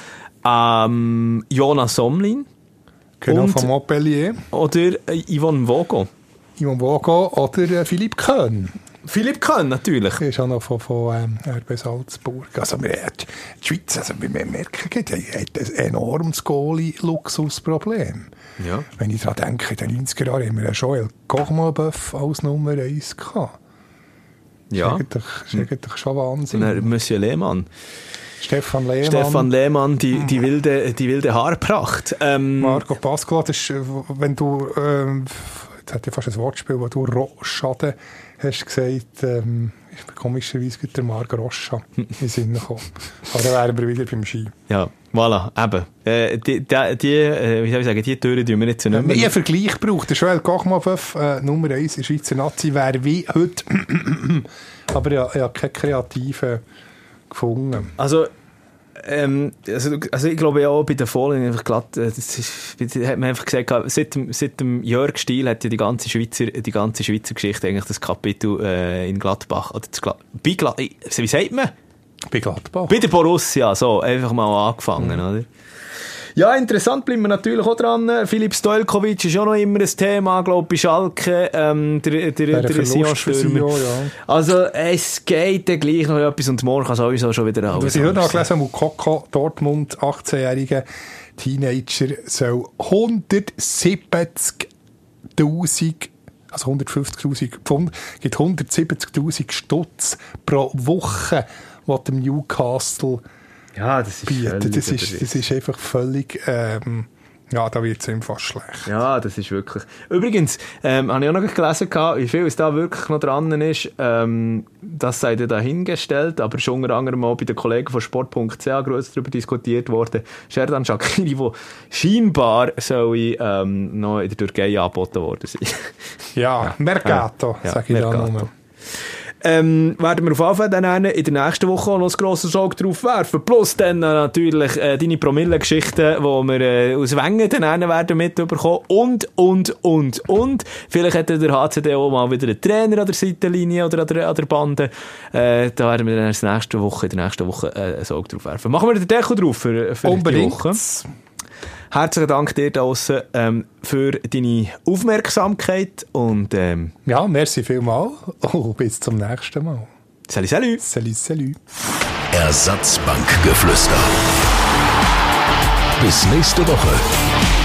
Jonas Somlin. Genau, von Montpellier. Oder Yvonne Vogo. Yvonne Vogo oder Philipp Köhn. Philipp Köhn, natürlich. Er ist auch noch von RB Salzburg. Also, die Schweiz, also, wir merken, die hat ein enormes Goalie-Luxusproblem. Ja. Wenn ich daran denke, in den 90er Jahren haben wir Joel Kochmalböff als Nummer 1 gehabt. Ja. Das ist eigentlich schon Wahnsinn. Und Monsieur Lehmann. Stefan Lehmann, die wilde Haarpracht. Marco Pascola, das ist, wenn du, jetzt hat ja fast ein Wortspiel, wo du Rohschaden hast gesagt, ist komischerweise der Marc Rocha in den Sinn gekommen. Aber dann wären wir wieder beim Ski. Ja, voilà, eben. Wie soll ich sagen, die Türen tun wir jetzt nicht mehr. Ein Vergleich braucht. Der Joel Kochmalböff, Nummer 1 in der Schweizer Nazi, wäre wie heute. Aber ich habe keine Kreativen gefunden. Also ich glaube ja auch bei den Fohlen einfach glatt, hat man einfach gesagt, seit dem Jörg Stiel hat ja die ganze Schweizer Geschichte eigentlich das Kapitel in Gladbach, oder wie sagt man? Bei Gladbach. Bei der Borussia, so, einfach mal angefangen, oder? Ja, interessant bleiben wir natürlich auch dran. Philipp Stojkovic ist auch noch immer ein Thema, glaube ich, bei Schalke, der Sion-Stürmer. Ja. Also, es geht dann gleich noch etwas und morgen kann sowieso schon wieder alles. Was ich heute noch gelesen habe, Mukoko, Dortmund, 18-jähriger Teenager, soll 170.000, also 150.000 Pfund, gibt 170.000 Stutz pro Woche, was dem Newcastle ja, das ist bietet. Das ist einfach völlig Ja, da wird es ihm fast schlecht. Ja, das ist wirklich... Übrigens, habe ich auch noch gelesen, wie viel es da wirklich noch dran ist. Das sei dann dahingestellt, aber schon unter anderem auch bei den Kollegen von Sport.ch gross darüber diskutiert worden. Sherdan Shaqiri, der scheinbar soll noch in der Türkei angeboten worden sein. Ja, Mercato, sage ich da nur. Werden wir auf jeden Fall dann in der nächsten Woche auch noch ein grosses Auge drauf werfen. Plus dann natürlich deine Promille-Geschichten, die wir aus Wengen dann werden mitbekommen. Und. Vielleicht hat der HCD auch mal wieder einen Trainer an der Seitenlinie oder an der Bande. Da werden wir dann in der nächsten Woche ein Auge drauf werfen. Machen wir den Deckel drauf für die Woche. Herzlichen Dank dir da draussen für deine Aufmerksamkeit und ja, merci vielmals und bis zum nächsten Mal. Salut, salut. Salut, salut. Ersatzbankgeflüster. Bis nächste Woche.